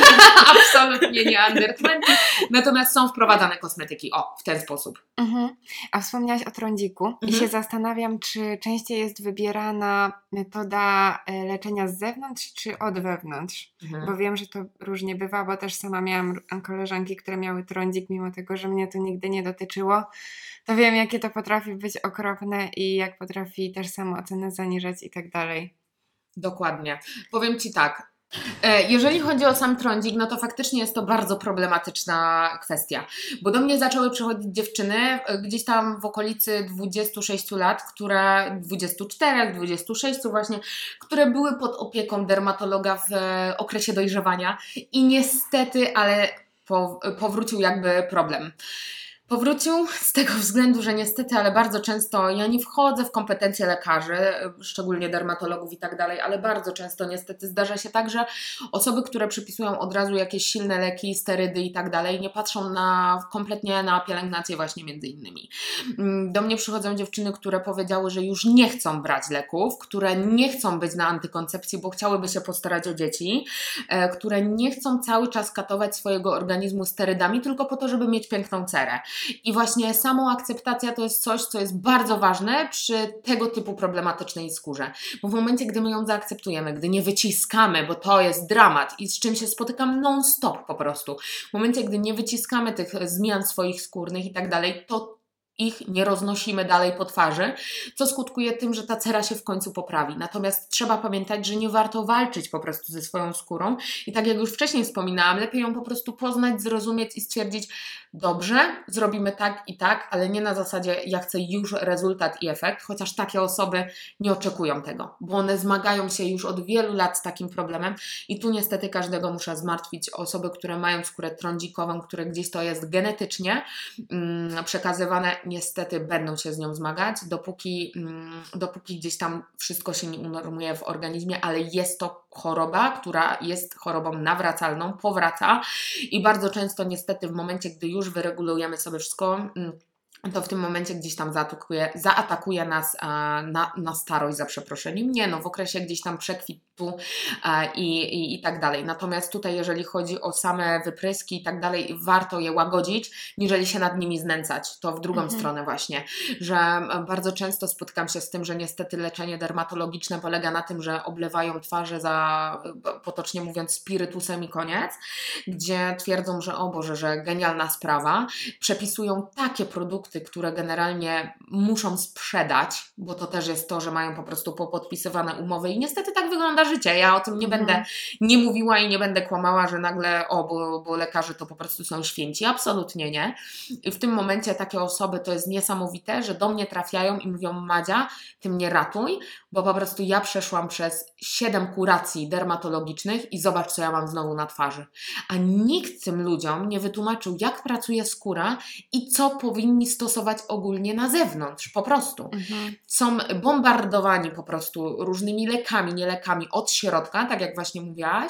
absolutnie nie under dwadzieścia, natomiast są wprowadzane kosmetyki, o, w ten sposób. Mhm. A wspomniałaś o trądziku Mhm. i się zastanawiam, czy częściej jest wybierana metoda e, leczenia z zewnątrz, czy od wewnątrz? Mhm. Bo wiem, że to różnie bywa, bo też sama miałam koleżanki, które miały trądzik, mimo tego, że mnie to nigdy nie dotyczyło. To wiem, jakie to potrafi być okropne i jak potrafi też samoocenę zaniżać i tak dalej. Dokładnie. Powiem Ci tak, e, jeżeli chodzi o sam trądzik, no to faktycznie jest to bardzo problematyczna kwestia, bo do mnie zaczęły przychodzić dziewczyny e, gdzieś tam w okolicy dwudziestu sześciu lat, które, dwudziestu czterech, dwudziestu sześciu właśnie, które były pod opieką dermatologa w e, okresie dojrzewania i niestety, ale po, powrócił jakby problem. Powrócił z tego względu, że niestety, ale bardzo często ja nie wchodzę w kompetencje lekarzy, szczególnie dermatologów i tak dalej, ale bardzo często niestety zdarza się tak, że osoby, które przypisują od razu jakieś silne leki, sterydy i tak dalej, nie patrzą na kompletnie na pielęgnację właśnie między innymi. Do mnie przychodzą dziewczyny, które powiedziały, że już nie chcą brać leków, które nie chcą być na antykoncepcji, bo chciałyby się postarać o dzieci, które nie chcą cały czas katować swojego organizmu sterydami tylko po to, żeby mieć piękną cerę. I właśnie samoakceptacja to jest coś, co jest bardzo ważne przy tego typu problematycznej skórze. Bo w momencie, gdy my ją zaakceptujemy, gdy nie wyciskamy, bo to jest dramat i z czym się spotykam non-stop po prostu. W momencie, gdy nie wyciskamy tych zmian swoich skórnych i tak dalej, to ich nie roznosimy dalej po twarzy, co skutkuje tym, że ta cera się w końcu poprawi. Natomiast trzeba pamiętać, że nie warto walczyć po prostu ze swoją skórą i tak jak już wcześniej wspominałam, lepiej ją po prostu poznać, zrozumieć i stwierdzić, dobrze, zrobimy tak i tak, ale nie na zasadzie ja chcę już rezultat i efekt, chociaż takie osoby nie oczekują tego, bo one zmagają się już od wielu lat z takim problemem i tu niestety każdego muszę zmartwić. Osoby, które mają skórę trądzikową, które gdzieś to jest genetycznie mm, przekazywane, niestety będą się z nią zmagać, dopóki, mm, dopóki gdzieś tam wszystko się nie unormuje w organizmie, ale jest to choroba, która jest chorobą nawracalną, powraca i bardzo często niestety w momencie, gdy już wyregulujemy sobie wszystko, mm, to w tym momencie gdzieś tam zaatakuje, zaatakuje nas a, na, na starość, za przeproszeniem. Nie, no w okresie gdzieś tam przekwitu a, i, i, i tak dalej. Natomiast tutaj, jeżeli chodzi o same wypryski i tak dalej, warto je łagodzić, niżeli się nad nimi znęcać. To w drugą mhm. stronę właśnie, że bardzo często spotykam się z tym, że niestety leczenie dermatologiczne polega na tym, że oblewają twarze za, potocznie mówiąc, spirytusem i koniec, gdzie twierdzą, że o Boże, że genialna sprawa, przepisują takie produkty, które generalnie muszą sprzedać, bo to też jest to, że mają po prostu popodpisywane umowy i niestety tak wygląda życie. Ja o tym nie Mhm. będę nie mówiła i nie będę kłamała, że nagle o, bo, bo lekarze to po prostu są święci. Absolutnie nie. I w tym momencie takie osoby, to jest niesamowite, że do mnie trafiają i mówią, Madzia, ty mnie ratuj, bo po prostu ja przeszłam przez siedem kuracji dermatologicznych i zobacz, co ja mam znowu na twarzy. A nikt tym ludziom nie wytłumaczył, jak pracuje skóra i co powinni stosować ogólnie na zewnątrz, po prostu. Mhm. Są bombardowani po prostu różnymi lekami, nie lekami od środka, tak jak właśnie mówiłaś,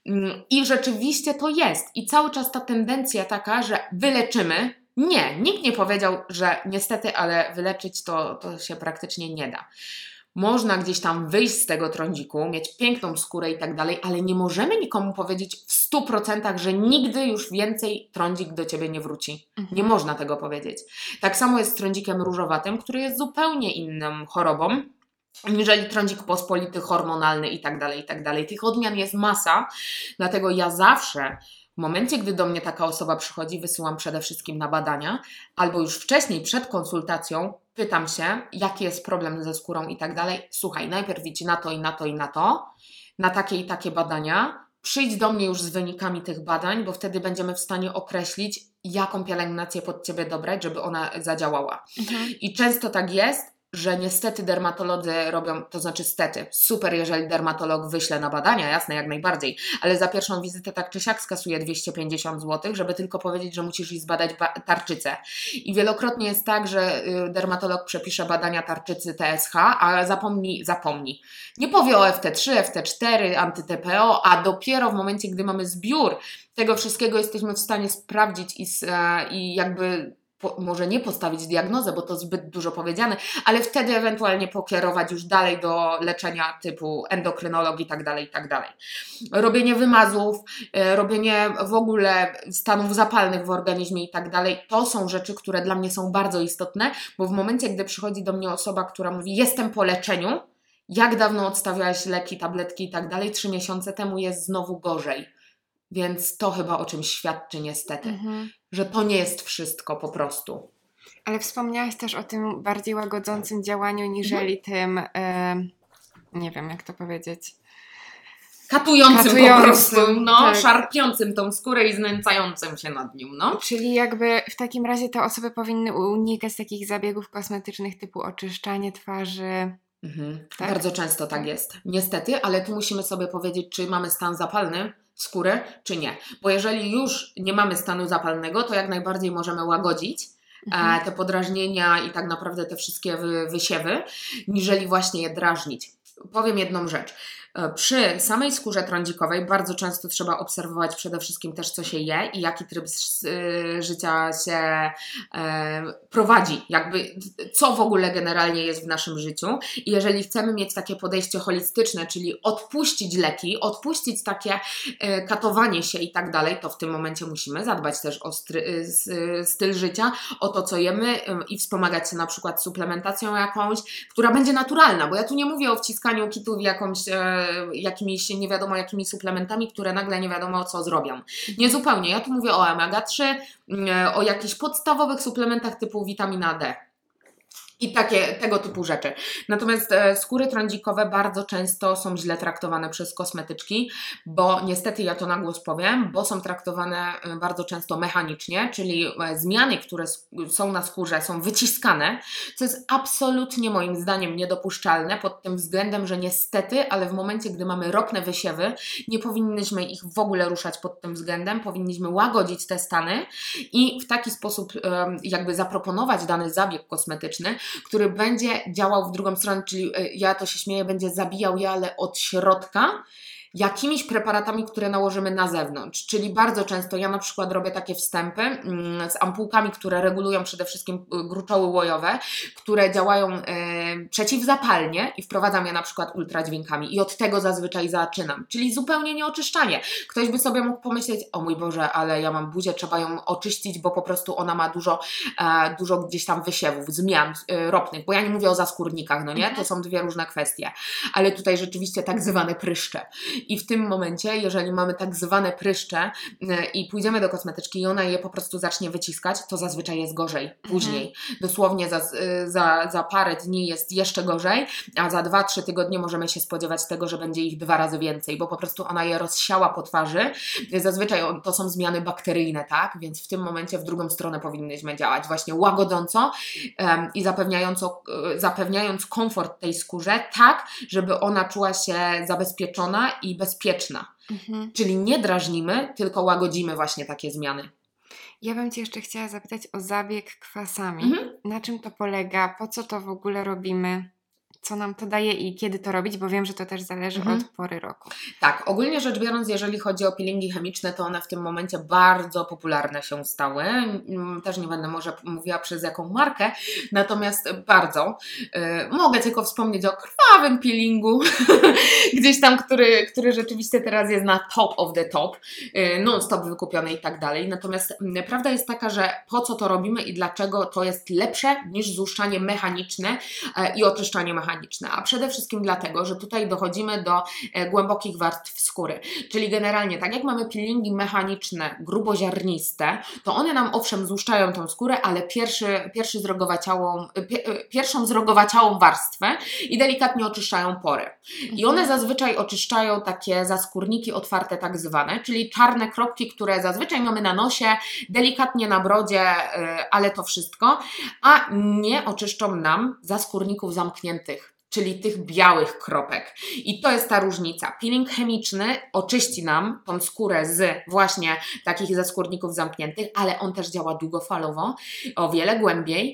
i rzeczywiście to jest. I cały czas ta tendencja taka, że wyleczymy. Nie, nikt nie powiedział, że niestety, ale wyleczyć to, to się praktycznie nie da. Można gdzieś tam wyjść z tego trądziku, mieć piękną skórę i tak dalej, ale nie możemy nikomu powiedzieć w stu procentach, że nigdy już więcej trądzik do Ciebie nie wróci. Mhm. Nie można tego powiedzieć. Tak samo jest z trądzikiem różowatym, który jest zupełnie inną chorobą, niżeli trądzik pospolity, hormonalny i tak dalej, i tak dalej. Tych odmian jest masa, dlatego ja zawsze w momencie, gdy do mnie taka osoba przychodzi, wysyłam przede wszystkim na badania, albo już wcześniej, przed konsultacją, pytam się, jaki jest problem ze skórą i tak dalej. Słuchaj, najpierw idź na to i na to i na to, na takie i takie badania. Przyjdź do mnie już z wynikami tych badań, bo wtedy będziemy w stanie określić, jaką pielęgnację pod Ciebie dobrać, żeby ona zadziałała. Mhm. I często tak jest, że niestety dermatolodzy robią, to znaczy stety, super, jeżeli dermatolog wyśle na badania, jasne, jak najbardziej, ale za pierwszą wizytę tak czy siak skasuje dwieście pięćdziesiąt złotych, żeby tylko powiedzieć, że musisz iść zbadać ba- tarczycę. I wielokrotnie jest tak, że y, dermatolog przepisze badania tarczycy T S H, a zapomni, zapomni. Nie powie o F T trzy, F T cztery, anty-T P O, a dopiero w momencie, gdy mamy zbiór tego wszystkiego, jesteśmy w stanie sprawdzić i, i jakby po, może nie postawić diagnozę, bo to zbyt dużo powiedziane, ale wtedy ewentualnie pokierować już dalej do leczenia typu endokrynologii i tak dalej, i tak dalej. Robienie wymazów, y, robienie w ogóle stanów zapalnych w organizmie i tak dalej, to są rzeczy, które dla mnie są bardzo istotne, bo w momencie, gdy przychodzi do mnie osoba, która mówi, jestem po leczeniu, jak dawno odstawiałaś leki, tabletki i tak dalej, trzy miesiące temu jest znowu gorzej. Więc to chyba o czymś świadczy niestety, mhm. że to nie jest wszystko po prostu. Ale wspomniałaś też o tym bardziej łagodzącym działaniu, niżeli mhm. tym, yy, nie wiem jak to powiedzieć, Katującym, Katującym po prostu, no, tak. szarpiącym tą skórę i znęcającym się nad nią, no. Czyli jakby w takim razie te osoby powinny unikać takich zabiegów kosmetycznych typu oczyszczanie twarzy. Mhm. Tak? Bardzo często tak jest, niestety, ale tu musimy sobie powiedzieć, czy mamy stan zapalny skóry, czy nie. Bo jeżeli już nie mamy stanu zapalnego, to jak najbardziej możemy łagodzić mhm. e, te podrażnienia i tak naprawdę te wszystkie wy, wysiewy, niżeli właśnie je drażnić. Powiem jedną rzecz. Przy samej skórze trądzikowej bardzo często trzeba obserwować przede wszystkim też, co się je i jaki tryb życia się prowadzi, jakby co w ogóle generalnie jest w naszym życiu. I jeżeli chcemy mieć takie podejście holistyczne, czyli odpuścić leki, odpuścić takie katowanie się i tak dalej, to w tym momencie musimy zadbać też o stry, styl życia, o to, co jemy i wspomagać się na przykład suplementacją jakąś, która będzie naturalna, bo ja tu nie mówię o wciskaniu kitów w jakąś jakimiś nie wiadomo jakimi suplementami, które nagle nie wiadomo co zrobią. Nie zupełnie. Ja tu mówię o omega trzy, o jakichś podstawowych suplementach typu witamina D. I takie, tego typu rzeczy. Natomiast e, skóry trądzikowe bardzo często są źle traktowane przez kosmetyczki, bo niestety ja to na głos powiem, bo są traktowane bardzo często mechanicznie, czyli e, zmiany, które są na skórze, są wyciskane, co jest absolutnie moim zdaniem niedopuszczalne pod tym względem, że niestety, ale w momencie, gdy mamy ropne wysiewy, nie powinniśmy ich w ogóle ruszać pod tym względem, powinniśmy łagodzić te stany i w taki sposób e, jakby zaproponować dany zabieg kosmetyczny, który będzie działał w drugą stronę, czyli ja to się śmieję, będzie zabijał je, ale od środka jakimiś preparatami, które nałożymy na zewnątrz. Czyli bardzo często ja na przykład robię takie wstępy mm, z ampułkami, które regulują przede wszystkim gruczoły łojowe, które działają e, przeciwzapalnie i wprowadzam je na przykład ultradźwiękami i od tego zazwyczaj zaczynam. Czyli zupełnie nie oczyszczanie. Ktoś by sobie mógł pomyśleć, o mój Boże, ale ja mam buzię, trzeba ją oczyścić, bo po prostu ona ma dużo, e, dużo gdzieś tam wysiewów, zmian e, ropnych, bo ja nie mówię o zaskórnikach, no nie? To są dwie różne kwestie. Ale tutaj rzeczywiście tak zwane pryszcze. I w tym momencie, jeżeli mamy tak zwane pryszcze i pójdziemy do kosmetyczki i ona je po prostu zacznie wyciskać, to zazwyczaj jest gorzej później. Mhm. Dosłownie za, za, za parę dni jest jeszcze gorzej, a za dwa trzy tygodnie możemy się spodziewać tego, że będzie ich dwa razy więcej, bo po prostu ona je rozsiała po twarzy. Zazwyczaj to są zmiany bakteryjne, tak? Więc w tym momencie w drugą stronę powinnyśmy działać właśnie łagodząco um, i zapewniająco, zapewniając komfort tej skórze tak, żeby ona czuła się zabezpieczona i bezpieczna. Mhm. Czyli nie drażnimy, tylko łagodzimy właśnie takie zmiany. Ja bym Cię jeszcze chciała zapytać o zabieg kwasami. Mhm. Na czym to polega? Po co to w ogóle robimy? Co nam to daje i kiedy to robić? Bo wiem, że to też zależy mhm. od pory roku. Tak, ogólnie rzecz biorąc, jeżeli chodzi o peelingi chemiczne, to one w tym momencie bardzo popularne się stały. Też nie będę może mówiła przez jaką markę, natomiast bardzo. Yy, mogę tylko wspomnieć o krwawym peelingu, gdzieś tam, który, który rzeczywiście teraz jest na top of the top, yy, non-stop wykupiony i tak dalej. Natomiast yy, prawda jest taka, że po co to robimy i dlaczego to jest lepsze niż złuszczanie mechaniczne yy, i oczyszczanie mechaniczne. A przede wszystkim dlatego, że tutaj dochodzimy do e, głębokich warstw skóry. Czyli generalnie, tak jak mamy peelingi mechaniczne, gruboziarniste, to one nam owszem złuszczają tą skórę, ale pierwszy, pierwszy zrogowaciałą, pie, pierwszą zrogowaciałą warstwę i delikatnie oczyszczają pory. I one zazwyczaj oczyszczają takie zaskórniki otwarte tak zwane, czyli czarne kropki, które zazwyczaj mamy na nosie, delikatnie na brodzie, e, ale to wszystko, a nie oczyszczą nam zaskórników zamkniętych. czyli tych białych kropek. I to jest ta różnica. Peeling chemiczny oczyści nam tą skórę z właśnie takich zaskórników zamkniętych, ale on też działa długofalowo, o wiele głębiej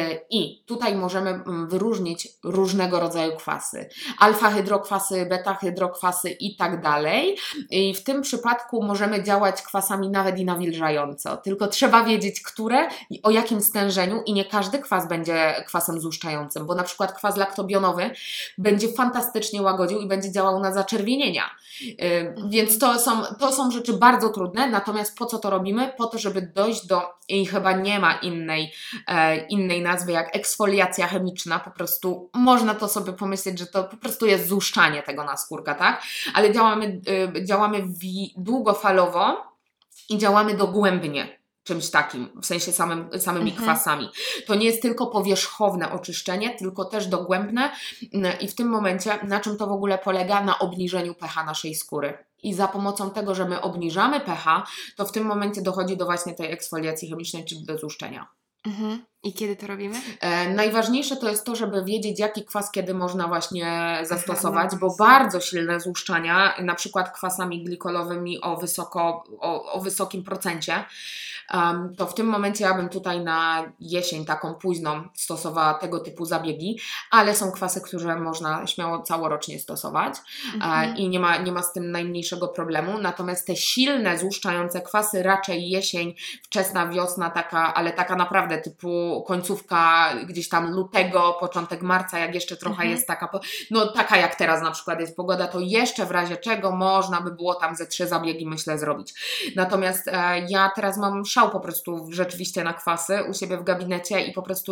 i tutaj możemy wyróżnić różnego rodzaju kwasy. Alfa-hydrokwasy, beta-hydrokwasy i tak dalej. I w tym przypadku możemy działać kwasami nawet i nawilżająco. Tylko trzeba wiedzieć, które i o jakim stężeniu i nie każdy kwas będzie kwasem złuszczającym, bo na przykład kwas laktobionowy będzie fantastycznie łagodził i będzie działał na zaczerwienienia. Yy, więc to są, to są rzeczy bardzo trudne, natomiast po co to robimy? Po to, żeby dojść do, i chyba nie ma innej, e, innej nazwy jak eksfoliacja chemiczna, po prostu można to sobie pomyśleć, że to po prostu jest złuszczanie tego naskórka, tak? Ale działamy, yy, działamy wi- długofalowo i działamy dogłębnie. Czymś takim, w sensie samym, samymi mhm. kwasami. To nie jest tylko powierzchowne oczyszczenie, tylko też dogłębne i w tym momencie na czym to w ogóle polega? Na obniżeniu pH naszej skóry. I za pomocą tego, że my obniżamy pH, to w tym momencie dochodzi do właśnie tej eksfoliacji chemicznej, czyli do złuszczenia. Mhm. I kiedy to robimy? E, najważniejsze to jest to, żeby wiedzieć, jaki kwas kiedy można właśnie zastosować, Aha, bo bardzo silne złuszczania, na przykład kwasami glikolowymi o, wysoko, o, o wysokim procencie, um, to w tym momencie ja bym tutaj na jesień taką późną stosowała tego typu zabiegi, ale są kwasy, które można śmiało całorocznie stosować mhm. e, i nie ma, nie ma z tym najmniejszego problemu, natomiast te silne złuszczające kwasy raczej jesień, wczesna wiosna, taka, ale taka naprawdę typu końcówka gdzieś tam lutego, początek marca, jak jeszcze trochę mhm. jest taka, no taka jak teraz na przykład jest pogoda, to jeszcze w razie czego można by było tam ze trzy zabiegi myślę zrobić. Natomiast e, ja teraz mam szał po prostu rzeczywiście na kwasy u siebie w gabinecie i po prostu,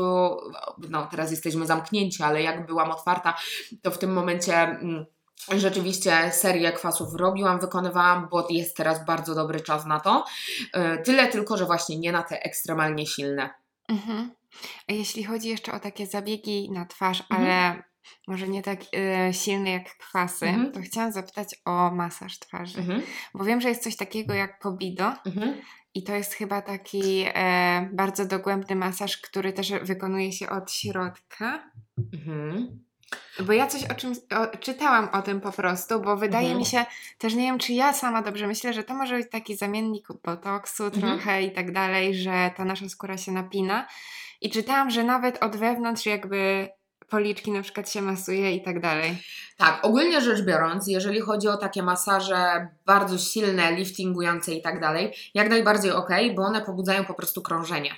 no teraz jesteśmy zamknięci, ale jak byłam otwarta, to w tym momencie mm, rzeczywiście serię kwasów robiłam, wykonywałam, bo jest teraz bardzo dobry czas na to. E, tyle tylko, że właśnie nie na te ekstremalnie silne. Mhm. A jeśli chodzi jeszcze o takie zabiegi na twarz, mhm. ale może nie tak y, silne jak kwasy, mhm. to chciałam zapytać o masaż twarzy. Mhm. Bo wiem, że jest coś takiego jak Pobido mhm. i to jest chyba taki e, bardzo dogłębny masaż, który też wykonuje się od środka. Mhm. Bo ja coś o czym o, czytałam o tym po prostu, bo wydaje mhm. mi się, też nie wiem, czy ja sama dobrze myślę, że to może być taki zamiennik botoksu mhm. trochę i tak dalej, że ta nasza skóra się napina. I czytałam, że nawet od wewnątrz jakby policzki na przykład się masuje i tak dalej. Tak, ogólnie rzecz biorąc, jeżeli chodzi o takie masaże bardzo silne, liftingujące i tak dalej, jak najbardziej okej, okay, bo one pobudzają po prostu krążenie.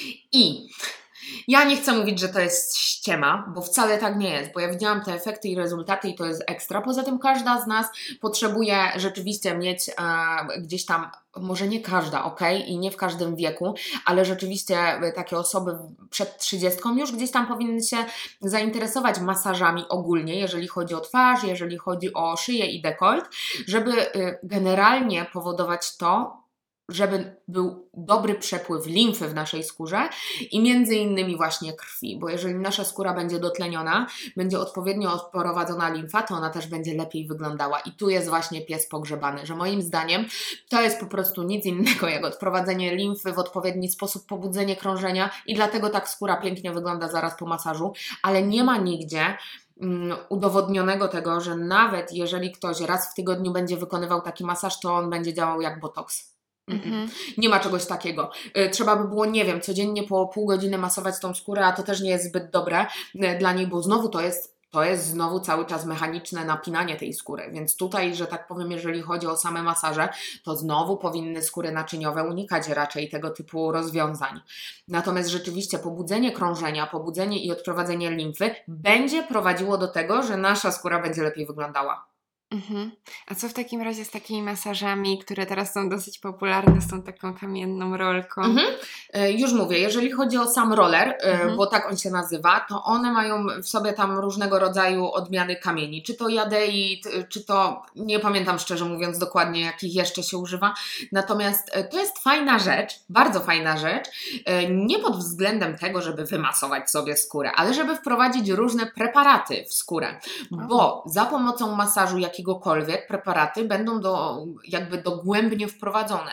I ja nie chcę mówić, że to jest ściema, bo wcale tak nie jest, bo ja widziałam te efekty i rezultaty i to jest ekstra. Poza tym każda z nas potrzebuje rzeczywiście mieć e, gdzieś tam, może nie każda, ok, i nie w każdym wieku, ale rzeczywiście takie osoby przed trzydziestką już gdzieś tam powinny się zainteresować masażami ogólnie, jeżeli chodzi o twarz, jeżeli chodzi o szyję i dekolt, żeby e, generalnie powodować to, żeby był dobry przepływ limfy w naszej skórze i między innymi właśnie krwi, bo jeżeli nasza skóra będzie dotleniona, będzie odpowiednio odprowadzona limfa, to ona też będzie lepiej wyglądała i tu jest właśnie pies pogrzebany, że moim zdaniem to jest po prostu nic innego jak odprowadzenie limfy w odpowiedni sposób, pobudzenie krążenia i dlatego tak skóra pięknie wygląda zaraz po masażu, ale nie ma nigdzie um, udowodnionego tego, że nawet jeżeli ktoś raz w tygodniu będzie wykonywał taki masaż, to on będzie działał jak botoks. Mm-hmm. Nie ma czegoś takiego. Trzeba by było, nie wiem, codziennie po pół godziny masować tą skórę, a to też nie jest zbyt dobre dla niej, bo znowu to jest to jest znowu cały czas mechaniczne napinanie tej skóry, więc tutaj, że tak powiem, jeżeli chodzi o same masaże, to znowu powinny skóry naczyniowe unikać raczej tego typu rozwiązań. Natomiast rzeczywiście pobudzenie krążenia, pobudzenie i odprowadzenie limfy będzie prowadziło do tego, że nasza skóra będzie lepiej wyglądała. Mhm. A co w takim razie z takimi masażami, które teraz są dosyć popularne, z tą taką kamienną rolką? Mhm. E, już mówię, jeżeli chodzi o sam roller, e, mhm. bo tak on się nazywa, to one mają w sobie tam różnego rodzaju odmiany kamieni. Czy to jadeit, czy to, nie pamiętam szczerze mówiąc dokładnie jakich jeszcze się używa. Natomiast e, to jest fajna rzecz, bardzo fajna rzecz, e, nie pod względem tego, żeby wymasować sobie skórę, ale żeby wprowadzić różne preparaty w skórę, bo za pomocą masażu jak jakiegokolwiek preparaty będą do, jakby dogłębnie wprowadzone.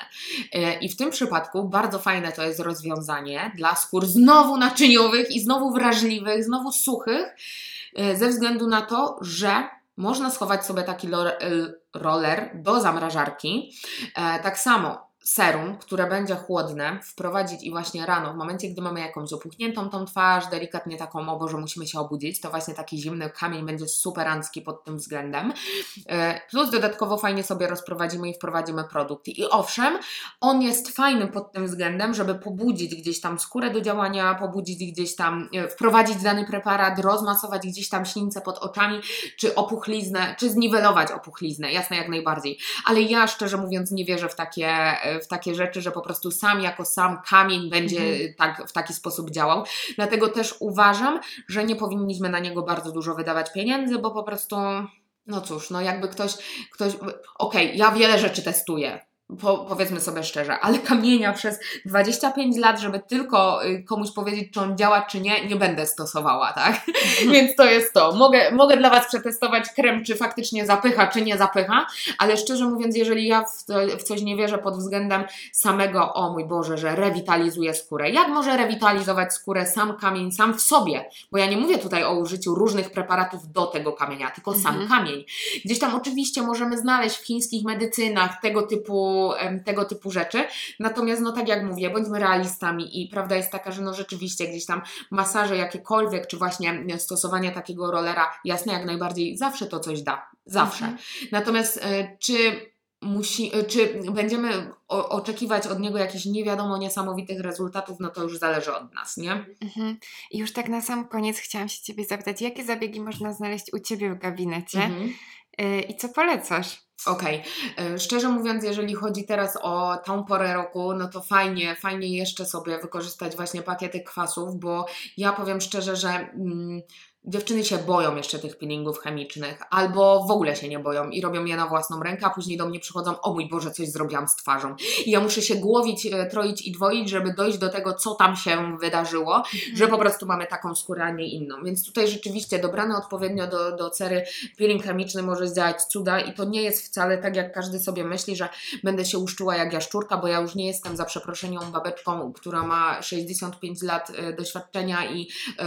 I w tym przypadku bardzo fajne to jest rozwiązanie dla skór znowu naczyniowych i znowu wrażliwych, znowu suchych, ze względu na to, że można schować sobie taki roller do zamrażarki. Tak samo serum, które będzie chłodne, wprowadzić i właśnie rano, w momencie, gdy mamy jakąś opuchniętą tą twarz, delikatnie taką, o Boże, musimy się obudzić, to właśnie taki zimny kamień będzie superancki pod tym względem. Plus dodatkowo fajnie sobie rozprowadzimy i wprowadzimy produkt. I owszem, on jest fajny pod tym względem, żeby pobudzić gdzieś tam skórę do działania, pobudzić gdzieś tam, wprowadzić dany preparat, rozmasować gdzieś tam ślince pod oczami, czy opuchliznę, czy zniwelować opuchliznę, jasne, jak najbardziej. Ale ja szczerze mówiąc nie wierzę w takie w takie rzeczy, że po prostu sam jako sam kamień będzie mhm. tak, w taki sposób działał. Dlatego też uważam, że nie powinniśmy na niego bardzo dużo wydawać pieniędzy, bo po prostu, no cóż, no jakby ktoś, ktoś okej, okay, ja wiele rzeczy testuję, Po, powiedzmy sobie szczerze, ale kamienia przez dwadzieścia pięć lat, żeby tylko komuś powiedzieć, czy on działa, czy nie, nie będę stosowała, tak? Więc to jest to. Mogę, mogę dla Was przetestować krem, czy faktycznie zapycha, czy nie zapycha, ale szczerze mówiąc, jeżeli ja w, to, w coś nie wierzę pod względem samego, o mój Boże, że rewitalizuje skórę. Jak może rewitalizować skórę sam kamień, sam w sobie? Bo ja nie mówię tutaj o użyciu różnych preparatów do tego kamienia, tylko sam mhm. kamień. Gdzieś tam oczywiście możemy znaleźć w chińskich medycynach tego typu tego typu rzeczy. Natomiast no tak jak mówię, bądźmy realistami i prawda jest taka, że no rzeczywiście gdzieś tam masaże jakiekolwiek, czy właśnie stosowanie takiego rollera, jasne, jak najbardziej zawsze to coś da. Zawsze. Mhm. Natomiast y, czy musi, y, czy będziemy o, oczekiwać od niego jakichś nie wiadomo niesamowitych rezultatów, no to już zależy od nas, nie? Mhm. I już tak na sam koniec chciałam się Ciebie zapytać, jakie zabiegi można znaleźć u Ciebie w gabinecie mhm. y, i co polecasz? Okej, okay. Szczerze mówiąc, jeżeli chodzi teraz o tą porę roku, no to fajnie, fajnie jeszcze sobie wykorzystać właśnie pakiety kwasów, bo ja powiem szczerze, że mm, dziewczyny się boją jeszcze tych peelingów chemicznych, albo w ogóle się nie boją i robią je na własną rękę, a później do mnie przychodzą, o mój Boże, coś zrobiłam z twarzą. I ja muszę się głowić, troić i dwoić, żeby dojść do tego, co tam się wydarzyło, mhm. że po prostu mamy taką skórę, a nie inną. Więc tutaj rzeczywiście dobrany odpowiednio do, do cery peeling chemiczny może zdziałać cuda i to nie jest wcale tak, jak każdy sobie myśli, że będę się uszczuła jak jaszczurka, bo ja już nie jestem za przeproszeniem babeczką, która ma sześćdziesiąt pięć lat doświadczenia i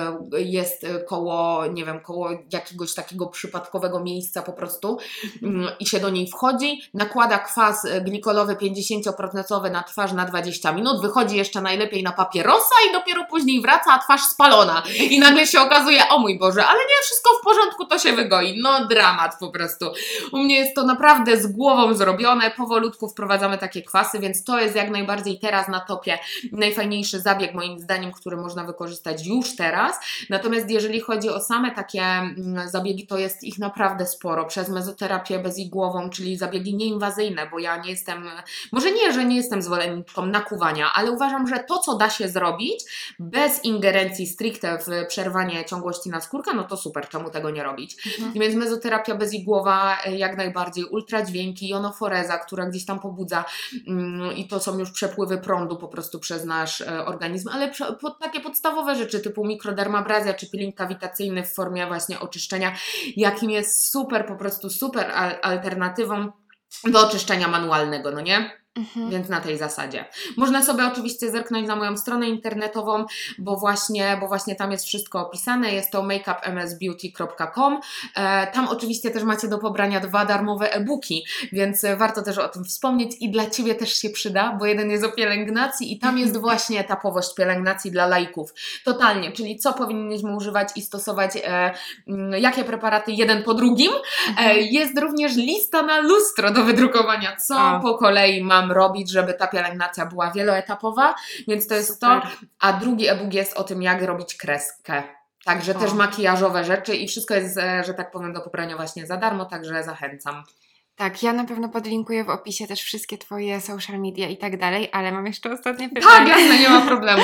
jest koło nie wiem, koło jakiegoś takiego przypadkowego miejsca po prostu mm, i się do niej wchodzi, nakłada kwas glikolowy pięćdziesiąt procent na twarz na dwadzieścia minut, wychodzi jeszcze najlepiej na papierosa i dopiero później wraca, a twarz spalona. I nagle się okazuje, o mój Boże, ale nie, wszystko w porządku, to się wygoi. No dramat po prostu. U mnie jest to naprawdę z głową zrobione, powolutku wprowadzamy takie kwasy, więc to jest jak najbardziej teraz na topie najfajniejszy zabieg moim zdaniem, który można wykorzystać już teraz. Natomiast jeżeli chodzi o same takie zabiegi, to jest ich naprawdę sporo. Przez mezoterapię bezigłową, czyli zabiegi nieinwazyjne, bo ja nie jestem, może nie, że nie jestem zwolenniczką nakuwania, ale uważam, że to, co da się zrobić bez ingerencji stricte w przerwanie ciągłości naskórka, no to super, czemu tego nie robić? Mhm. Więc mezoterapia bezigłowa jak najbardziej, ultradźwięki, jonoforeza, która gdzieś tam pobudza mm, i to są już przepływy prądu po prostu przez nasz e, organizm, ale prze, po, takie podstawowe rzeczy typu mikrodermabrazja czy peeling kawitacyjny w formie właśnie oczyszczenia, jakim jest super, po prostu super al- alternatywą do oczyszczenia manualnego, no nie? Mhm. Więc na tej zasadzie. Można sobie oczywiście zerknąć na moją stronę internetową, bo właśnie, bo właśnie tam jest wszystko opisane. Jest to make up m s beauty kropka com. E, tam oczywiście też macie do pobrania dwa darmowe e-booki, więc warto też o tym wspomnieć i dla Ciebie też się przyda, bo jeden jest o pielęgnacji i tam jest właśnie etapowość pielęgnacji dla laików. Totalnie, czyli co powinniśmy używać i stosować, e, jakie preparaty jeden po drugim. E, jest również lista na lustro do wydrukowania, co A. po kolei mam robić, żeby ta pielęgnacja była wieloetapowa, więc to jest Super. to. A drugi e-book jest o tym, jak robić kreskę. Także o. też makijażowe rzeczy i wszystko jest, że tak powiem, do pobrania właśnie za darmo, także zachęcam. Tak, ja na pewno podlinkuję w opisie też wszystkie Twoje social media i tak dalej, ale mam jeszcze ostatnie pytanie. Tak, jasne, nie ma problemu.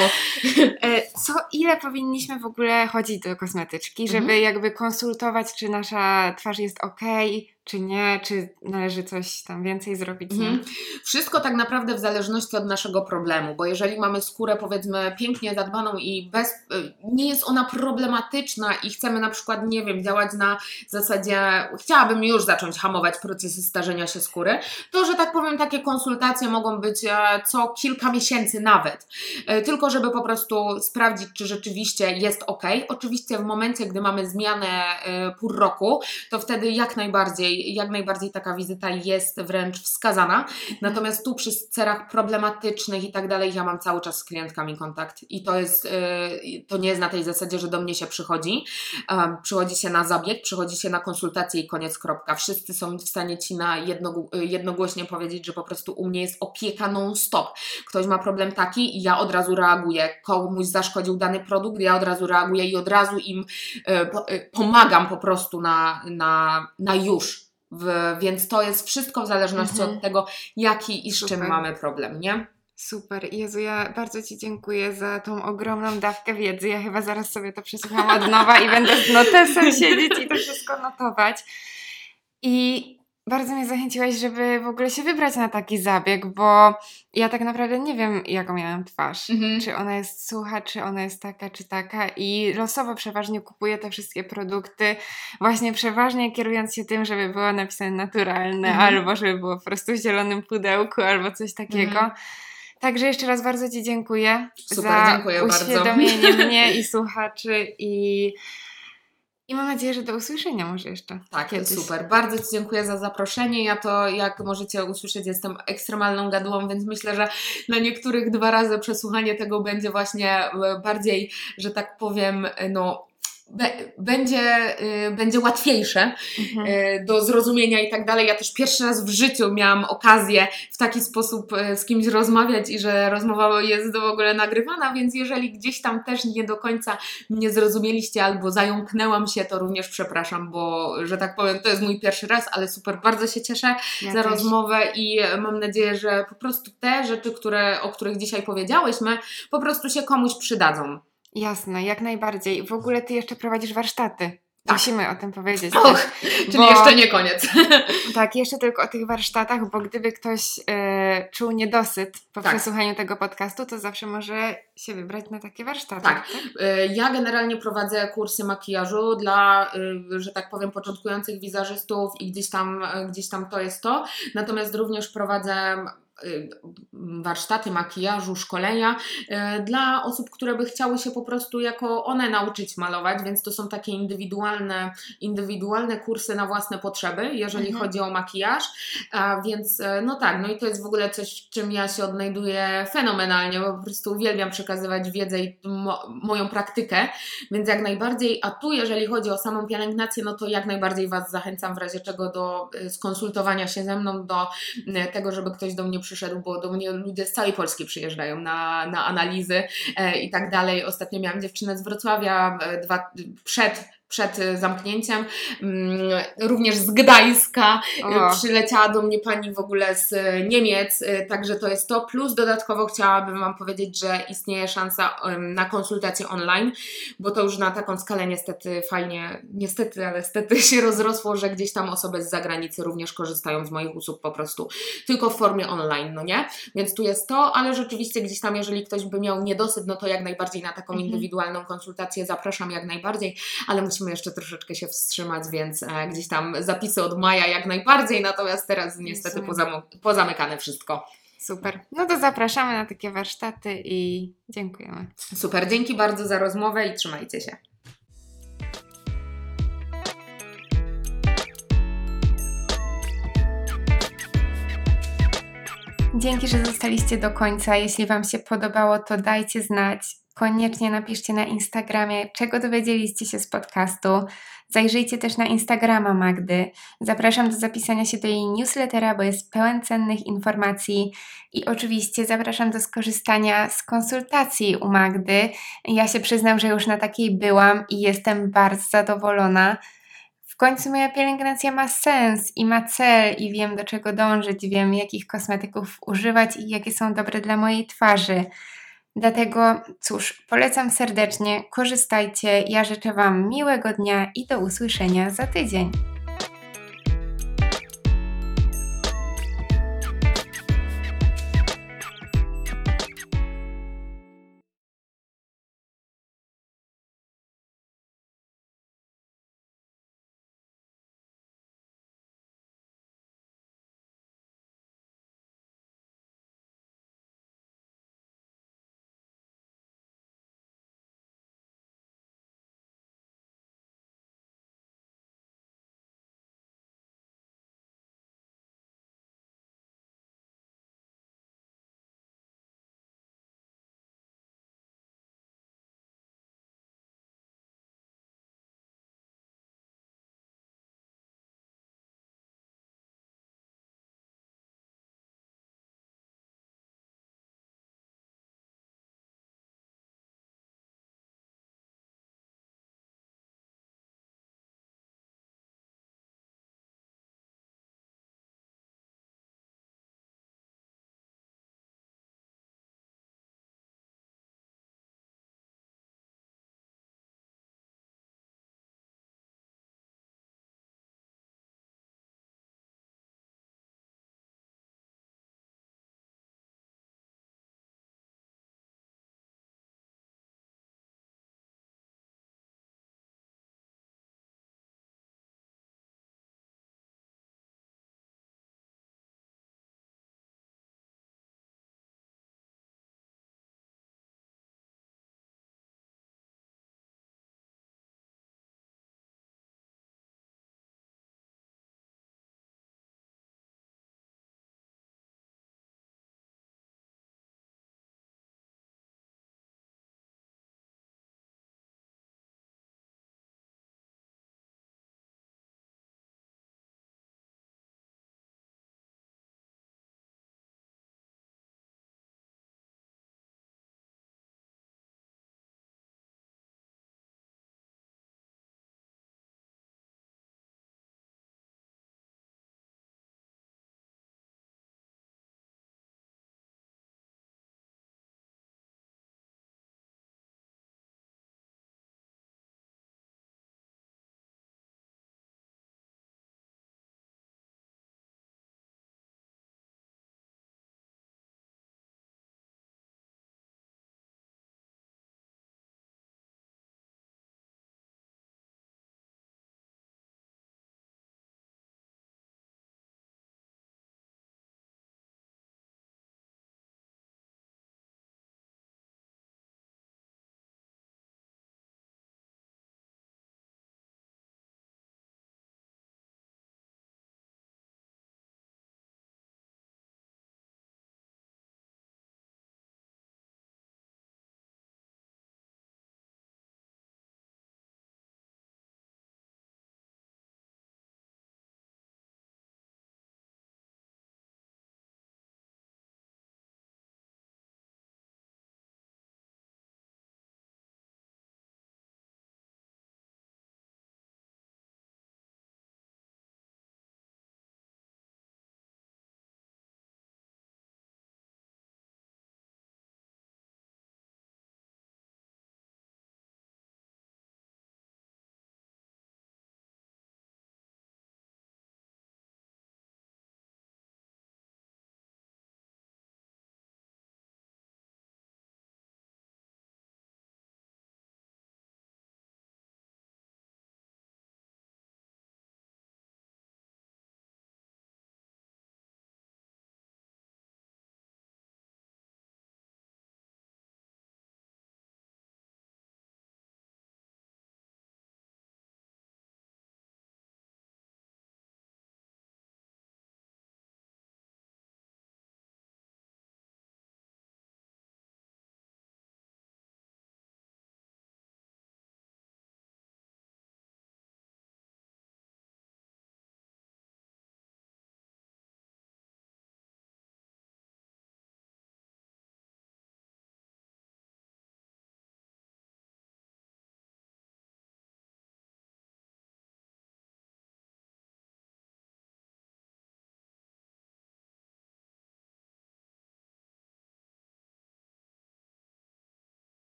Co, ile powinniśmy w ogóle chodzić do kosmetyczki, żeby mhm. jakby konsultować, czy nasza twarz jest okej, czy nie, czy należy coś tam więcej zrobić. Mhm. Wszystko tak naprawdę w zależności od naszego problemu, bo jeżeli mamy skórę powiedzmy pięknie zadbaną i bez, nie jest ona problematyczna i chcemy na przykład, nie wiem, działać na zasadzie, chciałabym już zacząć hamować procesy starzenia się skóry, to, że tak powiem, takie konsultacje mogą być co kilka miesięcy nawet, tylko żeby po prostu sprawdzić, czy rzeczywiście jest ok. Oczywiście w momencie, gdy mamy zmianę pór roku, to wtedy jak najbardziej, jak najbardziej taka wizyta jest wręcz wskazana. Natomiast tu przy cerach problematycznych i tak dalej, ja mam cały czas z klientkami kontakt i to jest, to nie jest na tej zasadzie, że do mnie się przychodzi. Przychodzi się na zabieg, przychodzi się na konsultację i koniec, kropka. Wszyscy są w stanie Ci na jedno, jednogłośnie powiedzieć, że po prostu u mnie jest opieka non-stop. Ktoś ma problem taki i ja od razu reaguję. Komuś zaszkodził dany produkt, ja od razu reaguję i od razu im pomagam po prostu na, na, na już. W, więc to jest wszystko w zależności mhm. od tego, jaki i z Super. Czym mamy problem, nie? Super. Jezu, ja bardzo Ci dziękuję za tą ogromną dawkę wiedzy. Ja chyba zaraz sobie to przesłucham od nowa i będę z notesem siedzieć i to wszystko notować. I bardzo mnie zachęciłaś, żeby w ogóle się wybrać na taki zabieg, bo ja tak naprawdę nie wiem, jaką miałam twarz. Mhm. Czy ona jest sucha, czy ona jest taka, czy taka. I losowo przeważnie kupuję te wszystkie produkty, właśnie przeważnie kierując się tym, żeby było napisane naturalne, mhm. albo żeby było po prostu w zielonym pudełku, albo coś takiego. Mhm. Także jeszcze raz bardzo Ci dziękuję Super, za dziękuję uświadomienie bardzo. mnie i słuchaczy i... I mam nadzieję, że do usłyszenia może jeszcze. Tak, kiedyś. Super. Bardzo Ci dziękuję za zaproszenie. Ja to, jak możecie usłyszeć, jestem ekstremalną gadułą, więc myślę, że dla niektórych dwa razy przesłuchanie tego będzie właśnie bardziej, że tak powiem, no... Będzie, będzie łatwiejsze mhm. do zrozumienia i tak dalej. Ja też pierwszy raz w życiu miałam okazję w taki sposób z kimś rozmawiać i że rozmowa jest w ogóle nagrywana, więc jeżeli gdzieś tam też nie do końca mnie zrozumieliście albo zająknęłam się, to również przepraszam, bo że tak powiem, to jest mój pierwszy raz, ale super, bardzo się cieszę ja za też. rozmowę i mam nadzieję, że po prostu te rzeczy, które, o których dzisiaj powiedziałyśmy, po prostu się komuś przydadzą. Jasne, jak najbardziej. W ogóle Ty jeszcze prowadzisz warsztaty. Tak. Musimy o tym powiedzieć. Och, też, czyli bo, jeszcze nie koniec. Tak, jeszcze tylko o tych warsztatach, bo gdyby ktoś e, czuł niedosyt po tak. przesłuchaniu tego podcastu, to zawsze może się wybrać na takie warsztaty. Tak. tak? Ja generalnie prowadzę kursy makijażu dla, że tak powiem, początkujących wizerzystów i gdzieś tam, gdzieś tam to jest to. Natomiast również prowadzę warsztaty makijażu, szkolenia dla osób, które by chciały się po prostu jako one nauczyć malować, więc to są takie indywidualne, indywidualne kursy na własne potrzeby, jeżeli mhm. chodzi o makijaż, a więc no tak, no i to jest w ogóle coś, w czym ja się odnajduję fenomenalnie, bo po prostu uwielbiam przekazywać wiedzę i mo- moją praktykę, więc jak najbardziej, a tu jeżeli chodzi o samą pielęgnację, no to jak najbardziej Was zachęcam w razie czego do skonsultowania się ze mną, do tego, żeby ktoś do mnie przyszedł, bo do mnie ludzie z całej Polski przyjeżdżają na, na analizy e, i tak dalej. Ostatnio miałam dziewczynę z Wrocławia e, dwa, przed przed zamknięciem, również z Gdańska, o. przyleciała do mnie pani w ogóle z Niemiec, także to jest to, plus dodatkowo chciałabym Wam powiedzieć, że istnieje szansa na konsultację online, bo to już na taką skalę niestety fajnie, niestety, ale stety się rozrosło, że gdzieś tam osoby z zagranicy również korzystają z moich usług po prostu, tylko w formie online, no nie? Więc tu jest to, ale rzeczywiście gdzieś tam, jeżeli ktoś by miał niedosyt, no to jak najbardziej na taką mhm. indywidualną konsultację zapraszam jak najbardziej, ale musimy jeszcze troszeczkę się wstrzymać, więc e, gdzieś tam zapisy od maja jak najbardziej, natomiast teraz niestety pozam- pozamykane wszystko. Super. No to zapraszamy na takie warsztaty i dziękujemy. Super, dzięki bardzo za rozmowę i trzymajcie się. Dzięki, że zostaliście do końca. Jeśli Wam się podobało, to dajcie znać. Koniecznie napiszcie na Instagramie, czego dowiedzieliście się z podcastu. Zajrzyjcie też na Instagrama Magdy. Zapraszam do zapisania się do jej newslettera, bo jest pełen cennych informacji. I oczywiście zapraszam do skorzystania z konsultacji u Magdy. Ja się przyznam, że już na takiej byłam i jestem bardzo zadowolona. W końcu moja pielęgnacja ma sens i ma cel i wiem, do czego dążyć, wiem, jakich kosmetyków używać i jakie są dobre dla mojej twarzy. Dlatego cóż, polecam serdecznie, korzystajcie, ja życzę Wam miłego dnia i do usłyszenia za tydzień.